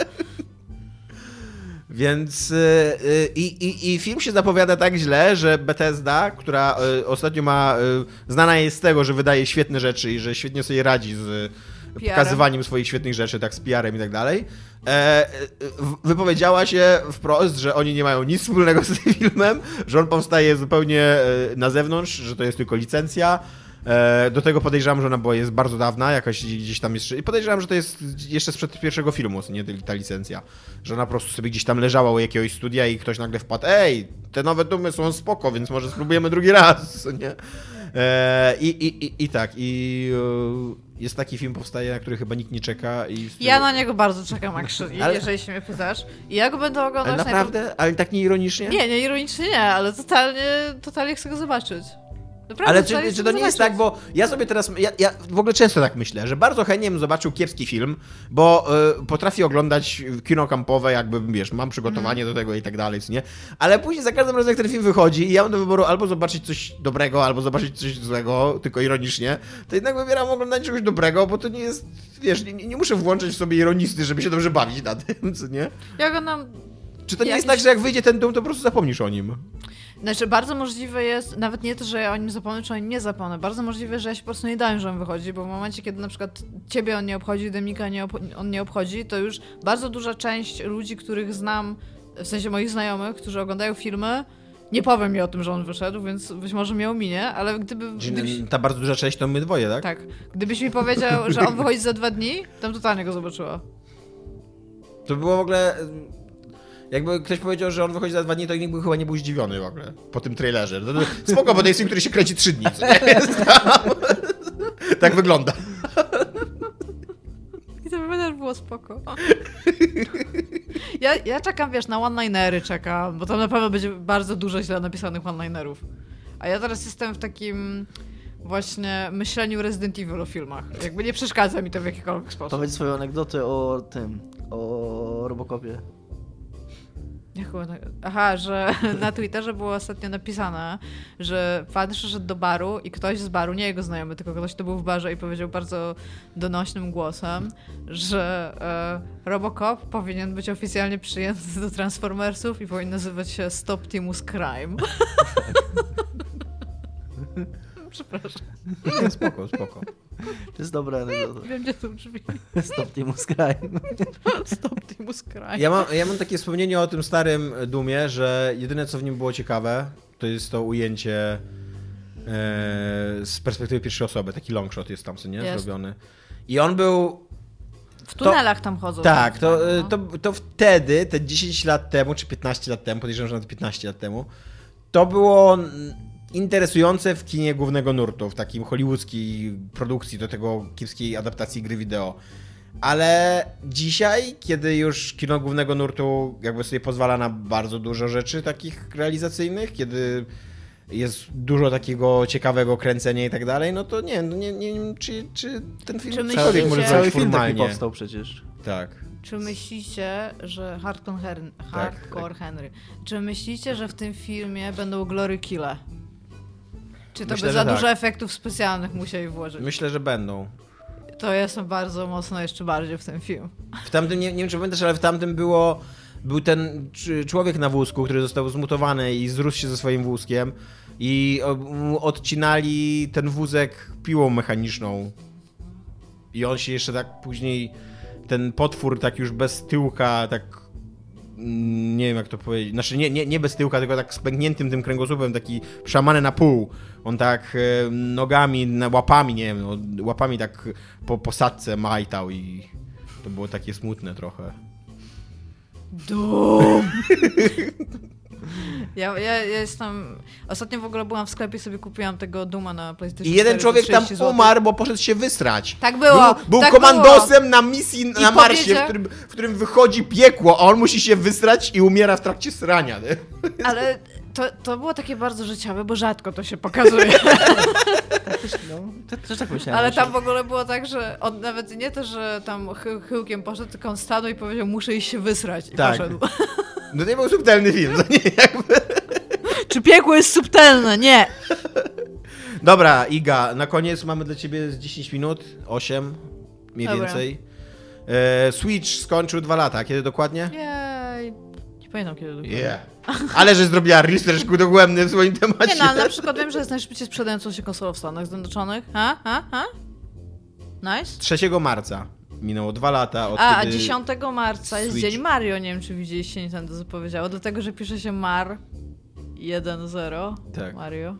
B: Więc yy, yy, i, i film się zapowiada tak źle, że Bethesda, która yy, ostatnio ma, yy, znana jest z tego, że wydaje świetne rzeczy i że świetnie sobie radzi z
C: P R-em.
B: pokazywaniem swoich świetnych rzeczy, tak z P R-em i tak dalej, e, wypowiedziała się wprost, że oni nie mają nic wspólnego z tym filmem, że on powstaje zupełnie na zewnątrz, że to jest tylko licencja. Do tego podejrzewam, że ona była, jest bardzo dawna, jakaś gdzieś tam jeszcze. I podejrzewam, że to jest jeszcze sprzed pierwszego filmu, nie ta licencja. Że ona po prostu sobie gdzieś tam leżała u jakiegoś studia i ktoś nagle wpadł, ej, te nowe Doomy są spoko, więc może spróbujemy drugi raz, nie? I, i, i, i tak, i jest taki film powstaje, na który chyba nikt nie czeka. I
C: ja na niego bardzo czekam, actually, ale... jeżeli się mnie pytasz. I ja go będę oglądać...
B: Ale naprawdę? Najpierw... Ale tak nie ironicznie?
C: Nie, nie ironicznie nie, ale totalnie, totalnie chcę go zobaczyć. Naprawdę,
B: ale czy, czy to nie jest tak, bo ja sobie teraz, ja, ja w ogóle często tak myślę, że bardzo chętnie bym zobaczył kiepski film, bo y, potrafię oglądać kino kampowe, jakby, wiesz, mam przygotowanie mm. do tego i tak dalej, nie? Ale później za każdym razem, jak ten film wychodzi i ja mam do wyboru albo zobaczyć coś dobrego, albo zobaczyć coś złego, tylko ironicznie, to jednak wybieram oglądanie czegoś dobrego, bo to nie jest, wiesz, nie, nie muszę włączyć w sobie ironisty, żeby się dobrze bawić na tym, co nie?
C: Ja oglądam...
B: Czy to nie jest tak, że jak wyjdzie ten Doom, to po prostu zapomnisz o nim?
C: Znaczy, bardzo możliwe jest, nawet nie to, że ja o nim zapomnę, czy o nim nie zapomnę, bardzo możliwe, że ja się po prostu nie dałem, że on wychodzi, bo w momencie, kiedy na przykład ciebie on nie obchodzi, Demika nie ob- on nie obchodzi, to już bardzo duża część ludzi, których znam, w sensie moich znajomych, którzy oglądają filmy, nie powiem mi o tym, że on wyszedł, więc być może mnie ominie, ale gdyby... gdybyś...
B: Ta bardzo duża część to my dwoje, tak?
C: Tak. Gdybyś mi powiedział, że on wychodzi za dwa dni, to bym totalnie go zobaczyła.
B: To było w ogóle... Jakby ktoś powiedział, że on wychodzi za dwa dni, to nikt by chyba nie był zdziwiony w ogóle po tym trailerze. To, to spoko, bo to jest film, który się kręci trzy dni, co nie? Tak wygląda.
C: I to by też było spoko. Ja, ja czekam, wiesz, na one-linery czekam, bo tam na pewno będzie bardzo dużo źle napisanych one-linerów. A ja teraz jestem w takim właśnie myśleniu Resident Evil o filmach. Jakby nie przeszkadza mi to w jakikolwiek sposób.
D: Powiedz swoją anegdotę o tym, o Robocopie.
C: Jak było tak? Aha, że na Twitterze było ostatnio napisane, że pan przyszedł do baru i ktoś z baru, nie jego znajomy, tylko ktoś, kto był w barze i powiedział bardzo donośnym głosem, że e, Robocop powinien być oficjalnie przyjęty do Transformersów i powinien nazywać się Stop Timus Crime. Przepraszam.
B: Nie, spoko, spoko.
D: To jest dobra anegdota.
C: Wiem, gdzie to brzmi.
D: Stop Timus Crime.
C: Stop Timus Crime.
B: Ja mam, ja mam takie wspomnienie o tym starym Doomie, że jedyne co w nim było ciekawe, to jest to ujęcie e, z perspektywy pierwszej osoby. Taki longshot jest tam, co nie?
C: Jest.
B: Zrobiony. I on był...
C: W tunelach to, tam chodzą.
B: Tak, to,
C: no.
B: to, to wtedy, te dziesięć lat temu, czy piętnaście lat temu, podejrzewam, że nawet piętnaście lat temu, to było interesujące w kinie głównego nurtu, w takim hollywoodzkiej produkcji do tego kiepskiej adaptacji gry wideo. Ale dzisiaj, kiedy już kino głównego nurtu jakby sobie pozwala na bardzo dużo rzeczy takich realizacyjnych, kiedy jest dużo takiego ciekawego kręcenia i tak dalej, no to nie, no nie, nie wiem, czy, czy ten film
C: czy
B: cokolwiek może
D: Cały
B: zrobić
D: film taki
B: formalnie.
D: powstał przecież.
B: Tak.
C: Czy myślicie, że Hardcore Henry, Hardcore Henry, czy myślicie, że w tym filmie będą glory kille? Czy to
B: Myślę,
C: by za
B: że
C: dużo
B: tak.
C: efektów specjalnych musieli włożyć?
B: Myślę, że będą.
C: To jestem bardzo mocno jeszcze bardziej w ten film.
B: W tamtym, nie, nie wiem czy pamiętasz, ale w tamtym było, był ten człowiek na wózku, który został zmutowany i zrósł się ze swoim wózkiem i mu odcinali ten wózek piłą mechaniczną. I on się jeszcze tak później... ten potwór tak już bez tyłka, tak nie wiem jak to powiedzieć, znaczy nie, nie, nie bez tyłka, tylko tak z pękniętym tym kręgosłupem, taki przamany na pół. On tak e, nogami, łapami, nie wiem, no, łapami tak po posadce majtał i to było takie smutne trochę.
C: Dum! Ja, ja, ja jestem... Ostatnio w ogóle byłam w sklepie i sobie kupiłam tego Duma na PlayStation
B: I jeden
C: cztery
B: człowiek tam
C: trzydzieści złotych.
B: umarł, bo poszedł się wysrać.
C: Tak było,
B: Był, był
C: tak
B: komandosem
C: było.
B: na misji na
C: I
B: Marsie,
C: powiedział-
B: w, którym, w którym wychodzi piekło, a on musi się wysrać i umiera w trakcie srania. Nie?
C: Ale to, to było takie bardzo życiowe, bo rzadko to się pokazuje.
D: No, te- też tak myślałem.
C: Ale
D: właśnie.
C: tam w ogóle było tak, że on nawet nie to, że tam chy, chyłkiem poszedł, tylko on stanął i powiedział, muszę iść się wysrać. I
B: Tak.
C: poszedł.
B: No to był subtelny film, to nie jakby...
C: Czy piekło jest subtelne? Nie!
B: Dobra, Iga, na koniec mamy dla ciebie z dziesięć minut, osiem, mniej
C: Dobra.
B: więcej. E, Switch skończył dwa lata, kiedy dokładnie?
C: Jej. Nie pamiętam kiedy dokładnie.
B: Yeah. Ale że zrobiła research dogłębny w swoim temacie.
C: Nie no, ale na przykład wiem, że jest najszybciej sprzedającą się konsolą w Stanach Zjednoczonych. Ha? Ha? Ha? Nice.
B: trzeciego marca minęło dwa lata od
C: A, a
B: kiedy...
C: dziesiątego marca jest
B: Switch.
C: Dzień Mario, nie wiem czy widzieliście, Nintendo zapowiedziało, do tego, że pisze się Mar jeden zero.
B: Tak.
C: Mario.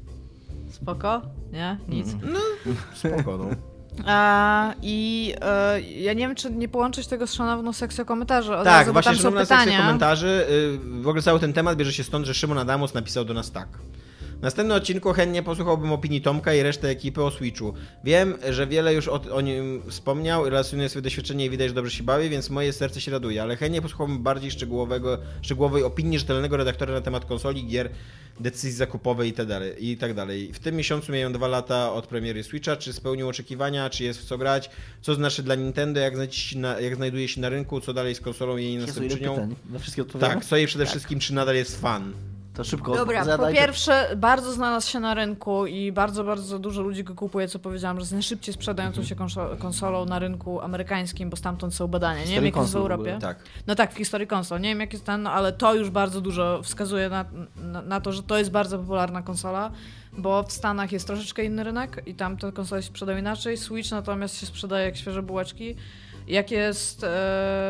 C: Spoko? Nie? Nic.
B: No, spoko, no.
C: A, I e, ja nie wiem, czy nie połączyć tego z szanowną sekcją komentarzy. Od
B: Tak,
C: razu, bo
B: właśnie
C: tam są
B: szanowna sekcja
C: pytania.
B: komentarzy. y, W ogóle cały ten temat bierze się stąd, że Szymon Adamus napisał do nas tak. W następnym odcinku chętnie posłuchałbym opinii Tomka i reszty ekipy o Switchu. Wiem, że wiele już o, o nim wspomniał i relacjonuje swoje doświadczenie i widać, że dobrze się bawi, więc moje serce się raduje, ale chętnie posłuchałbym bardziej szczegółowego, szczegółowej opinii rzetelnego redaktora na temat konsoli, gier, decyzji zakupowej itd. i tak dalej. W tym miesiącu mijają dwa lata od premiery Switcha. Czy spełnił oczekiwania, czy jest w co grać, co znaczy dla Nintendo, jak, znajdzie na, jak znajduje się na rynku, co dalej z konsolą i jej
D: Jezu, ile
B: następczynią.
D: pytań. Na wszystkie odpowiadam?
B: Tak, co jej przede wszystkim, czy nadal jest fan.
D: To szybko
C: Dobra, po
D: zadaj.
C: pierwsze, bardzo znalazł się na rynku i bardzo, bardzo dużo ludzi go kupuje, co powiedziałam, że jest najszybciej sprzedającą się konso- konsolą na rynku amerykańskim, bo stamtąd są badania. Nie wiem, jak jest w
D: konsol w
C: Europie.
D: ogóle.
B: Tak.
C: No tak, w historii konsol. Nie wiem, jak jest ten, no, ale to już bardzo dużo wskazuje na, na, na to, że to jest bardzo popularna konsola, bo w Stanach jest troszeczkę inny rynek i tam te konsole się sprzedają inaczej. Switch natomiast się sprzedaje jak świeże bułeczki. Jak jest e,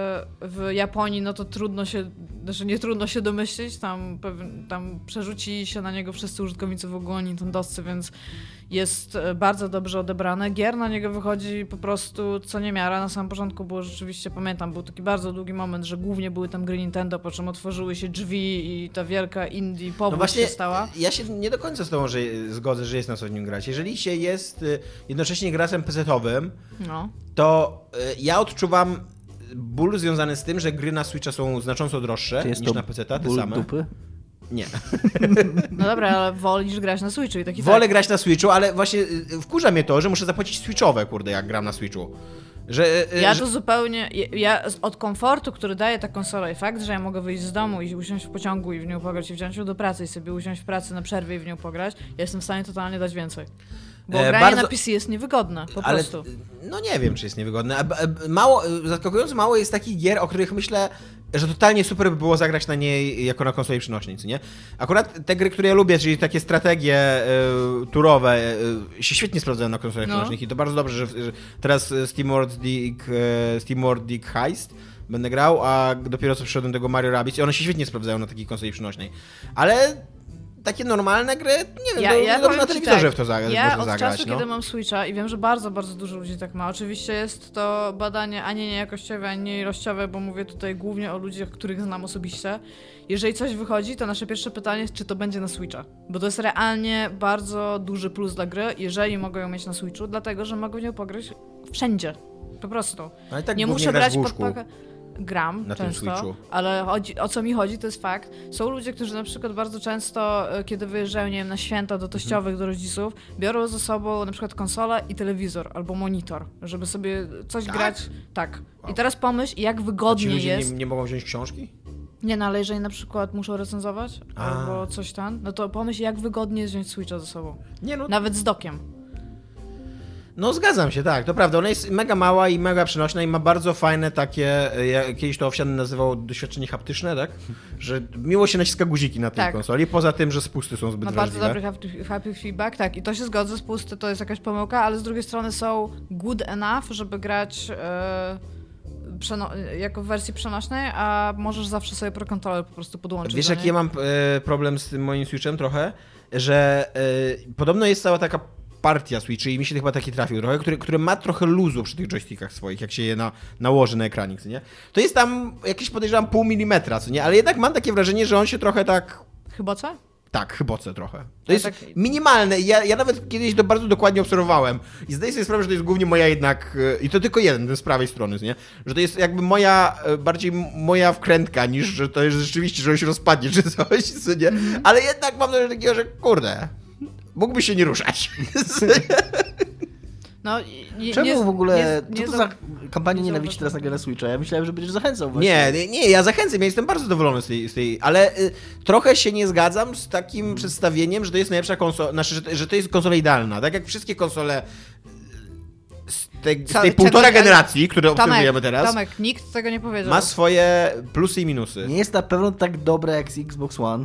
C: w Japonii, no to trudno się, znaczy nie trudno się domyślić, tam, pewnie, tam przerzucili się na niego wszyscy użytkownicy w ogóle nintendowscy, więc jest e, bardzo dobrze odebrane. Gier na niego wychodzi po prostu co niemiara. Na samym początku było rzeczywiście, pamiętam, był taki bardzo długi moment, że głównie były tam gry Nintendo, po czym otworzyły się drzwi i ta wielka indie powódź
B: No właśnie,
C: się stała.
B: ja się nie do końca z tobą że, zgodzę, że jest na co w nim grać. Jeżeli się jest y, jednocześnie graczem pesetowym,
C: No.
B: to y, ja odczuwam ból związany z tym, że gry na Switcha są znacząco droższe
D: Czy jest
B: niż
D: to
B: na peceta, te
D: ból
B: same.
D: dupy?
B: Nie.
C: No dobra, ale wolisz grać na Switchu i taki
B: Wolę
C: tak.
B: grać na Switchu, ale właśnie y, wkurza mnie to, że muszę zapłacić Switchowe, kurde, jak gram na Switchu. Że, y,
C: Ja
B: że...
C: to zupełnie, ja, ja z- od komfortu, który daje ta konsola i fakt, że ja mogę wyjść z domu i usiąść w pociągu i w nią pograć i wziąć ją do pracy i sobie usiąść w pracy na przerwie i w nią pograć, ja jestem w stanie totalnie dać więcej. Bo
B: E,
C: granie
B: bardzo-
C: na P C jest niewygodne, po
B: Ale
C: prostu.
B: no nie wiem, czy jest niewygodne. A b- b- Mało, zaskakująco mało jest takich gier, o których myślę, że totalnie super by było zagrać na niej jako na konsoli przenośnej, co nie? Akurat te gry, które ja lubię, czyli takie strategie y, turowe, y, się świetnie sprawdzają na konsolach
C: No.
B: przenośnych i to bardzo dobrze, że, że teraz SteamWorld Dig, y, SteamWorld Dig Heist będę grał, a dopiero co przyszedłem do tego Mario Rabbids i one się świetnie sprawdzają na takiej konsoli przenośnej. Ale takie normalne gry, nie wiem,
C: Ja,
B: no,
C: ja
B: dobrze
C: powiem
B: na
C: ci
B: telewizorze
C: tak,
B: w to zagrać.
C: ja
B: można
C: od
B: zagrać,
C: czasu,
B: no.
C: kiedy mam Switcha i wiem, że bardzo, bardzo dużo ludzi tak ma. Oczywiście jest to badanie ani nie jakościowe, ani nie ilościowe, bo mówię tutaj głównie o ludziach, których znam osobiście. Jeżeli coś wychodzi, to nasze pierwsze pytanie jest, czy to będzie na Switcha. Bo to jest realnie bardzo duży plus dla gry, jeżeli mogą ją mieć na Switchu, dlatego, że mogą w nią pograć wszędzie. Po prostu.
B: Ale tak
C: nie
B: głównie
C: muszę
B: grasz
C: brać
B: w
C: pod
B: łóżku.
C: pakę. Gram
B: Na tym
C: często,
B: Switchu.
C: ale chodzi, o co mi chodzi, to jest fakt. Są ludzie, którzy na przykład bardzo często, e, kiedy wyjeżdżają, nie wiem, na święta do teściowych, do rodziców, biorą ze sobą na przykład konsolę i telewizor albo monitor, żeby sobie coś
B: Tak?
C: grać. Tak.
B: Wow.
C: I teraz pomyśl, jak
B: A ci
C: wygodnie
B: ludzie
C: jest.
B: nie, nie mogą wziąć książki?
C: Nie, no ale jeżeli na przykład muszą recenzować
B: A.
C: albo coś tam, no to pomyśl, jak wygodnie jest wziąć Switcha ze sobą.
B: Nie no,
C: Nawet z dokiem.
B: no zgadzam się, tak, to prawda. Ona jest mega mała i mega przenośna i ma bardzo fajne takie, ja, kiedyś to Owsiany nazywał doświadczenie haptyczne, tak? Że miło się naciska guziki na tej
C: Tak.
B: konsoli, poza tym, że spusty są zbyt
C: Ma bardzo
B: wrażliwe.
C: dobry hap- happy feedback, tak. I to się zgodzę, spusty to jest jakaś pomyłka, ale z drugiej strony są good enough, żeby grać e, przeno- jako w wersji przenośnej, a możesz zawsze sobie Pro Controller po prostu podłączyć.
B: Wiesz,
C: do
B: jaki
C: niej.
B: ja mam e, problem z tym moim Switchem trochę? Że e, podobno jest cała taka partia Switchy i mi się chyba taki trafił trochę, który, który ma trochę luzu przy tych joystickach swoich, jak się je na, nałoży na ekranik, co nie? To jest tam jakieś, podejrzewam, pół milimetra, co nie? Ale jednak mam takie wrażenie, że on się trochę tak...
C: Chyba co?
B: Tak, chyboce trochę. To
C: Ja
B: jest
C: tak-
B: minimalne. Ja, ja nawet kiedyś to bardzo dokładnie obserwowałem i zdaję sobie sprawę, że to jest głównie moja jednak, e, i to tylko jeden, ten z prawej strony, nie? Że to jest jakby moja, e, bardziej m- moja wkrętka, niż że to jest rzeczywiście, że on się rozpadnie czy coś, co nie? Ale jednak mam coś takiego, że kurde, mógłby się nie ruszać.
C: No, nie,
D: Czemu
C: nie,
D: w ogóle,
C: nie,
D: co
C: nie
D: to
C: za-
D: za kampania
C: nie
D: nienawiści teraz na grę na Switcha? Ja myślałem, że będziesz zachęcał właśnie.
B: Nie, nie, nie, ja zachęcam, ja jestem bardzo zadowolony z tej, z tej ale y, trochę się nie zgadzam z takim
D: Hmm.
B: przedstawieniem, że to jest najlepsza konsola, znaczy, że, że to jest konsola idealna. Tak jak wszystkie konsole z tej, z
C: Co-
B: tej
C: czego-
B: półtora
C: ale-
B: generacji, które obserwujemy
C: Tomek,
B: teraz,
C: Tomek, nikt tego nie powiedział.
B: ma swoje plusy i minusy.
D: Nie jest na pewno tak dobre jak z Xbox One.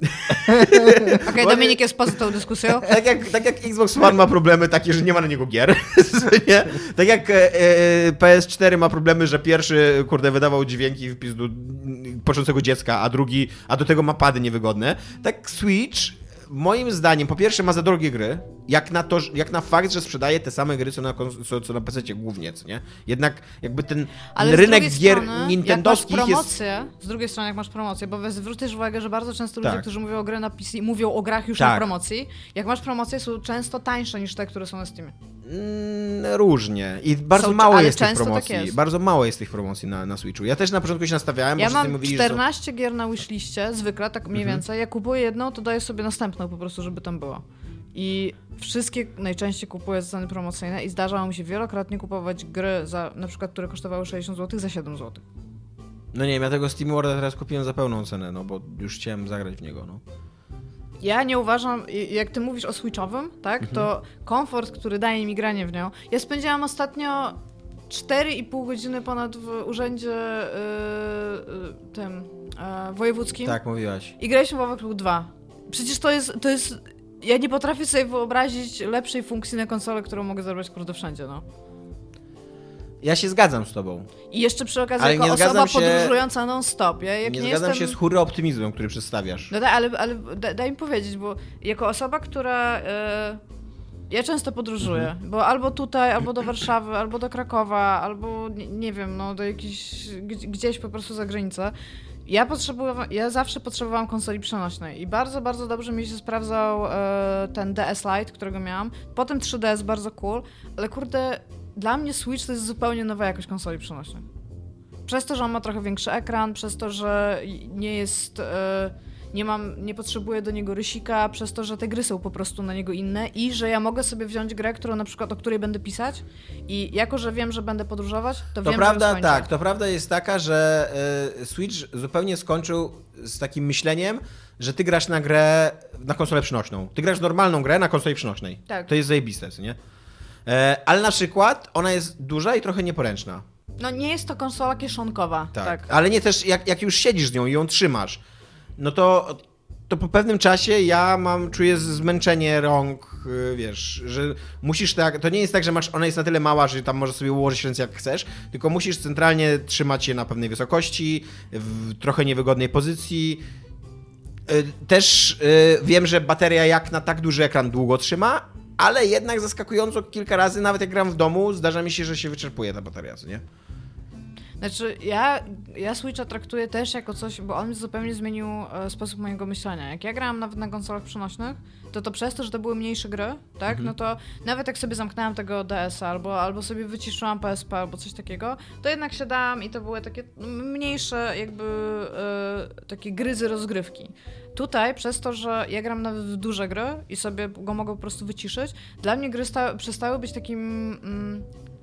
C: Okej,
B: Bo-
C: Dominik jest poza tą dyskusją.
B: Tak jak, tak jak Xbox One ma problemy takie, że nie ma na niego gier, nie? Tak jak e, e, P S cztery ma problemy, że pierwszy, kurde, wydawał dźwięki w pizdu początnego dziecka, a drugi, a do tego ma pady niewygodne, tak Switch moim zdaniem, po pierwsze ma za drogie gry, jak na to, jak na fakt, że sprzedaje te same gry, co na, kons- co, co na pececie głównie, co nie? Jednak jakby ten
C: Ale z
B: rynek
C: drugiej
B: gier
C: strony,
B: nintendowskich
C: jak masz
B: jest...
C: promocję, z drugiej strony jak masz promocję, bo zwrócisz uwagę, że bardzo często ludzie,
B: Tak.
C: którzy mówią o grę na P C, mówią o grach już
B: Tak.
C: na promocji. Jak masz promocję, są często tańsze niż te, które są na Steamie.
B: Mm, różnie. I bardzo
C: Są-
B: mało
C: ale
B: jest tych
C: często tak
B: promocji.
C: jest.
B: Bardzo mało jest tych promocji na, na Switchu. Ja też na początku się nastawiałem,
C: Ja
B: bo wszyscy
C: mam
B: mówili, że są...
C: czternaście gier na wishliście, zwykle, tak mniej
B: Mhm.
C: więcej. Jak kupuję jedną, to daję sobie następną po prostu, żeby tam była. I wszystkie najczęściej kupuję za ceny promocyjne i zdarzało mi się wielokrotnie kupować gry, za, na przykład, które kosztowały sześćdziesiąt złotych za siedem złotych.
B: No nie wiem, ja tego Steam Worlda teraz kupiłem za pełną cenę, no bo już chciałem zagrać w niego, no.
C: Ja nie uważam, i- jak ty mówisz o Switchowym, tak,
B: Mhm.
C: to komfort, który daje mi granie w nią. Ja spędziłam ostatnio cztery i pół godziny ponad w urzędzie yy, yy, tym yy, wojewódzkim
B: Tak, mówiłaś.
C: i graliśmy w Overcooked dwa. Przecież to jest, to jest... Ja nie potrafię sobie wyobrazić lepszej funkcji na konsolę, którą mogę zrobić kurde wszędzie, no.
B: Ja się zgadzam z tobą.
C: I jeszcze przy okazji
B: Ale
C: jako
B: nie
C: osoba
B: zgadzam się-
C: podróżująca non-stop. Ja jak
B: nie
C: nie,
B: zgadzam
C: jestem...
B: się z hurra-optymizmem, który przedstawiasz.
C: No tak, ale, ale da, daj mi powiedzieć, bo jako osoba, która... E, ja często podróżuję,
B: Mhm.
C: bo albo tutaj, albo do Warszawy, albo do Krakowa, albo nie, nie wiem, no do jakiejś... gdzie- gdzieś po prostu za granicę. Ja potrzebowałam, ja zawsze potrzebowałam konsoli przenośnej i bardzo, bardzo dobrze mi się sprawdzał e, ten D S Lite, którego miałam. Potem trzy D S, bardzo cool, ale kurde, dla mnie Switch to jest zupełnie nowa jakość konsoli przenośnej. Przez to, że on ma trochę większy ekran, przez to, że nie jest... E, nie mam, nie potrzebuję do niego rysika, przez to, że te gry są po prostu na niego inne i że ja mogę sobie wziąć grę, którą na przykład, o której będę pisać i jako, że wiem, że będę podróżować, to,
B: To
C: wiem,
B: prawda,
C: że ją skończę.
B: tak, to prawda jest taka, że y, Switch zupełnie skończył z takim myśleniem, że ty grasz na grę na konsolę przynośną. Ty grasz normalną grę na konsoli przynośnej.
C: Tak.
B: To jest zajebiste, co nie? E, ale na przykład ona jest duża i trochę nieporęczna.
C: No nie jest to konsola kieszonkowa.
B: Tak.
C: Tak.
B: Ale nie też, jak, jak już siedzisz z nią i ją trzymasz, no to, to po pewnym czasie ja mam, czuję zmęczenie rąk, yy, wiesz, że musisz tak, to nie jest tak, że masz, ona jest na tyle mała, że tam możesz sobie ułożyć ręce jak chcesz, tylko musisz centralnie trzymać je na pewnej wysokości, w trochę niewygodnej pozycji. Yy, Też yy, wiem, że bateria jak na tak duży ekran długo trzyma, ale jednak zaskakująco kilka razy, nawet jak gram w domu, zdarza mi się, że się wyczerpuje ta bateria, co nie?
C: Znaczy, ja, ja Switcha traktuję też jako coś, bo on zupełnie zmienił e, sposób mojego myślenia. Jak ja grałam nawet na konsolach przenośnych, to to przez to, że to były mniejsze gry, tak,
B: Mhm.
C: no to nawet jak sobie zamknęłam tego D S-a albo, albo sobie wyciszyłam P S P albo coś takiego, to jednak siadałam i to były takie no, mniejsze jakby e, takie gryzy rozgrywki. Tutaj, przez to, że ja gram nawet w duże gry i sobie go mogę po prostu wyciszyć, dla mnie gry sta- przestały być takim... Mm,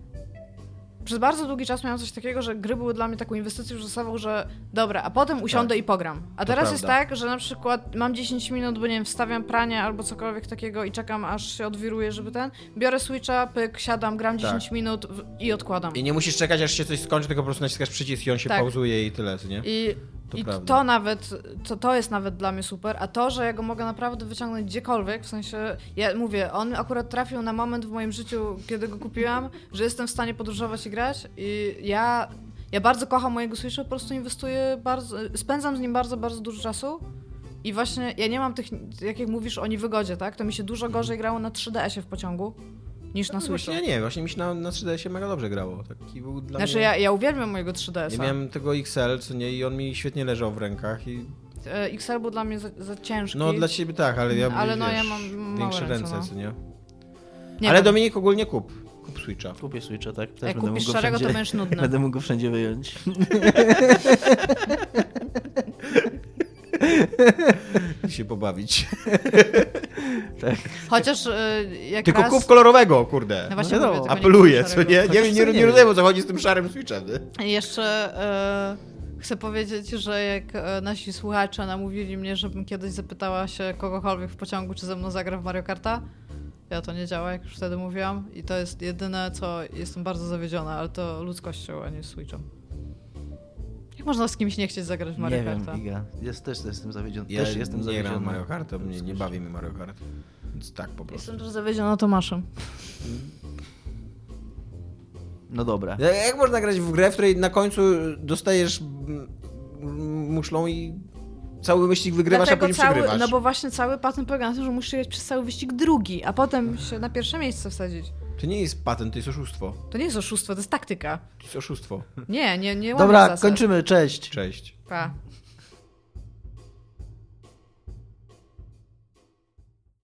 C: przez bardzo długi czas miałam coś takiego, że gry były dla mnie taką inwestycją czasową, że dobra, a potem usiądę
B: Tak.
C: i pogram. A
B: To
C: teraz jest
B: prawda.
C: tak, że na przykład mam dziesięć minut, bo nie wiem, wstawiam pranie albo cokolwiek takiego i czekam, aż się odwiruje, żeby ten... Biorę Switcha, pyk, siadam, gram dziesięć minut w... i odkładam.
B: I nie musisz czekać, aż się coś skończy, tylko po prostu naciskasz przycisk i on się
C: Tak.
B: pauzuje i tyle, co nie?
C: I,
B: To
C: i
B: prawda.
C: to nawet, to, to jest nawet dla mnie super, a to, że ja go mogę naprawdę wyciągnąć gdziekolwiek, w sensie, ja mówię, on akurat trafił na moment w moim życiu, kiedy go kupiłam, że jestem w stanie podróżować i grać i ja, Ja bardzo kocham mojego Switcha, po prostu inwestuję bardzo, spędzam z nim bardzo, bardzo dużo czasu i właśnie ja nie mam tych, jak jak mówisz o niewygodzie, tak? To mi się dużo gorzej grało na trzy D S ie w pociągu niż na
B: No
C: Switchu.
B: właśnie nie, właśnie mi się na, na trzy D S ie mega dobrze grało. Taki był dla
C: Znaczy
B: mnie...
C: ja, ja uwielbiam mojego trzy D S a.
B: Ja miałem tego X L, co nie, i on mi świetnie leżał w rękach i...
C: E, X L był dla mnie za, za ciężki.
B: No dla ciebie tak, ale ja
C: Ale no
B: wiesz,
C: ja mam małe
B: większe
C: ręce,
B: ręce,
C: no.
B: co nie?
C: Nie
B: ale
C: wiem.
B: Dominik ogólnie kup. Kup Switcha.
D: Kupię Switcha, tak? Też
C: Jak
D: będę
C: kupisz
D: mógł go
C: szarego, to
D: wszędzie-
C: będziesz nudny.
D: Będę mógł go wszędzie wyjąć.
B: I się pobawić.
D: Tak.
C: Chociaż y, jak
B: Tylko
C: raz...
B: kup kolorowego, kurde.
C: No właśnie
D: No
C: mówię,
D: wiadomo,
C: tylko
B: Apeluję,
C: kupuj
B: co nie?
C: szarego.
B: Nie,
D: Chociaż
B: nie,
D: to
B: nie,
D: nie
B: nie
D: wiem.
B: rozumiem, o co chodzi z tym szarym Switchem. nie?
C: I jeszcze e, chcę powiedzieć, że jak e, nasi słuchacze namówili mnie, żebym kiedyś zapytała się kogokolwiek w pociągu, czy ze mną zagra w Mario Karta, ja to nie działa, jak już wtedy mówiłam. I to jest jedyne, co jestem bardzo zawiedziona, ale to ludzkością, a nie Switchem. Jak można z kimś nie chcieć zagrać w Mario
D: Nie wiem,
C: Karta?
D: Iga. Jest, też jestem zawiedziony.
B: Ja
D: też jestem
B: nie
D: zawiedziony.
B: gram w Mario Kart, to mnie nie bawi mi Mario Kart. Więc tak po prostu.
C: Jestem też zawiedziona Tomaszem.
D: No dobra.
B: Ja- Jak można grać w grę, w której na końcu dostajesz mm, mm, muszlą i cały wyścig wygrywasz, a później
C: cały,
B: przegrywasz?
C: no bo właśnie cały patent polega na tym, że musisz jechać przez cały wyścig drugi, a potem się na pierwsze miejsce wsadzić.
B: To nie jest patent, to jest oszustwo.
C: To nie jest oszustwo, to jest taktyka.
B: To jest oszustwo.
C: Nie, nie, nie łamię
D: Dobra,
C: zasad.
D: kończymy. Cześć.
B: Cześć.
C: Pa.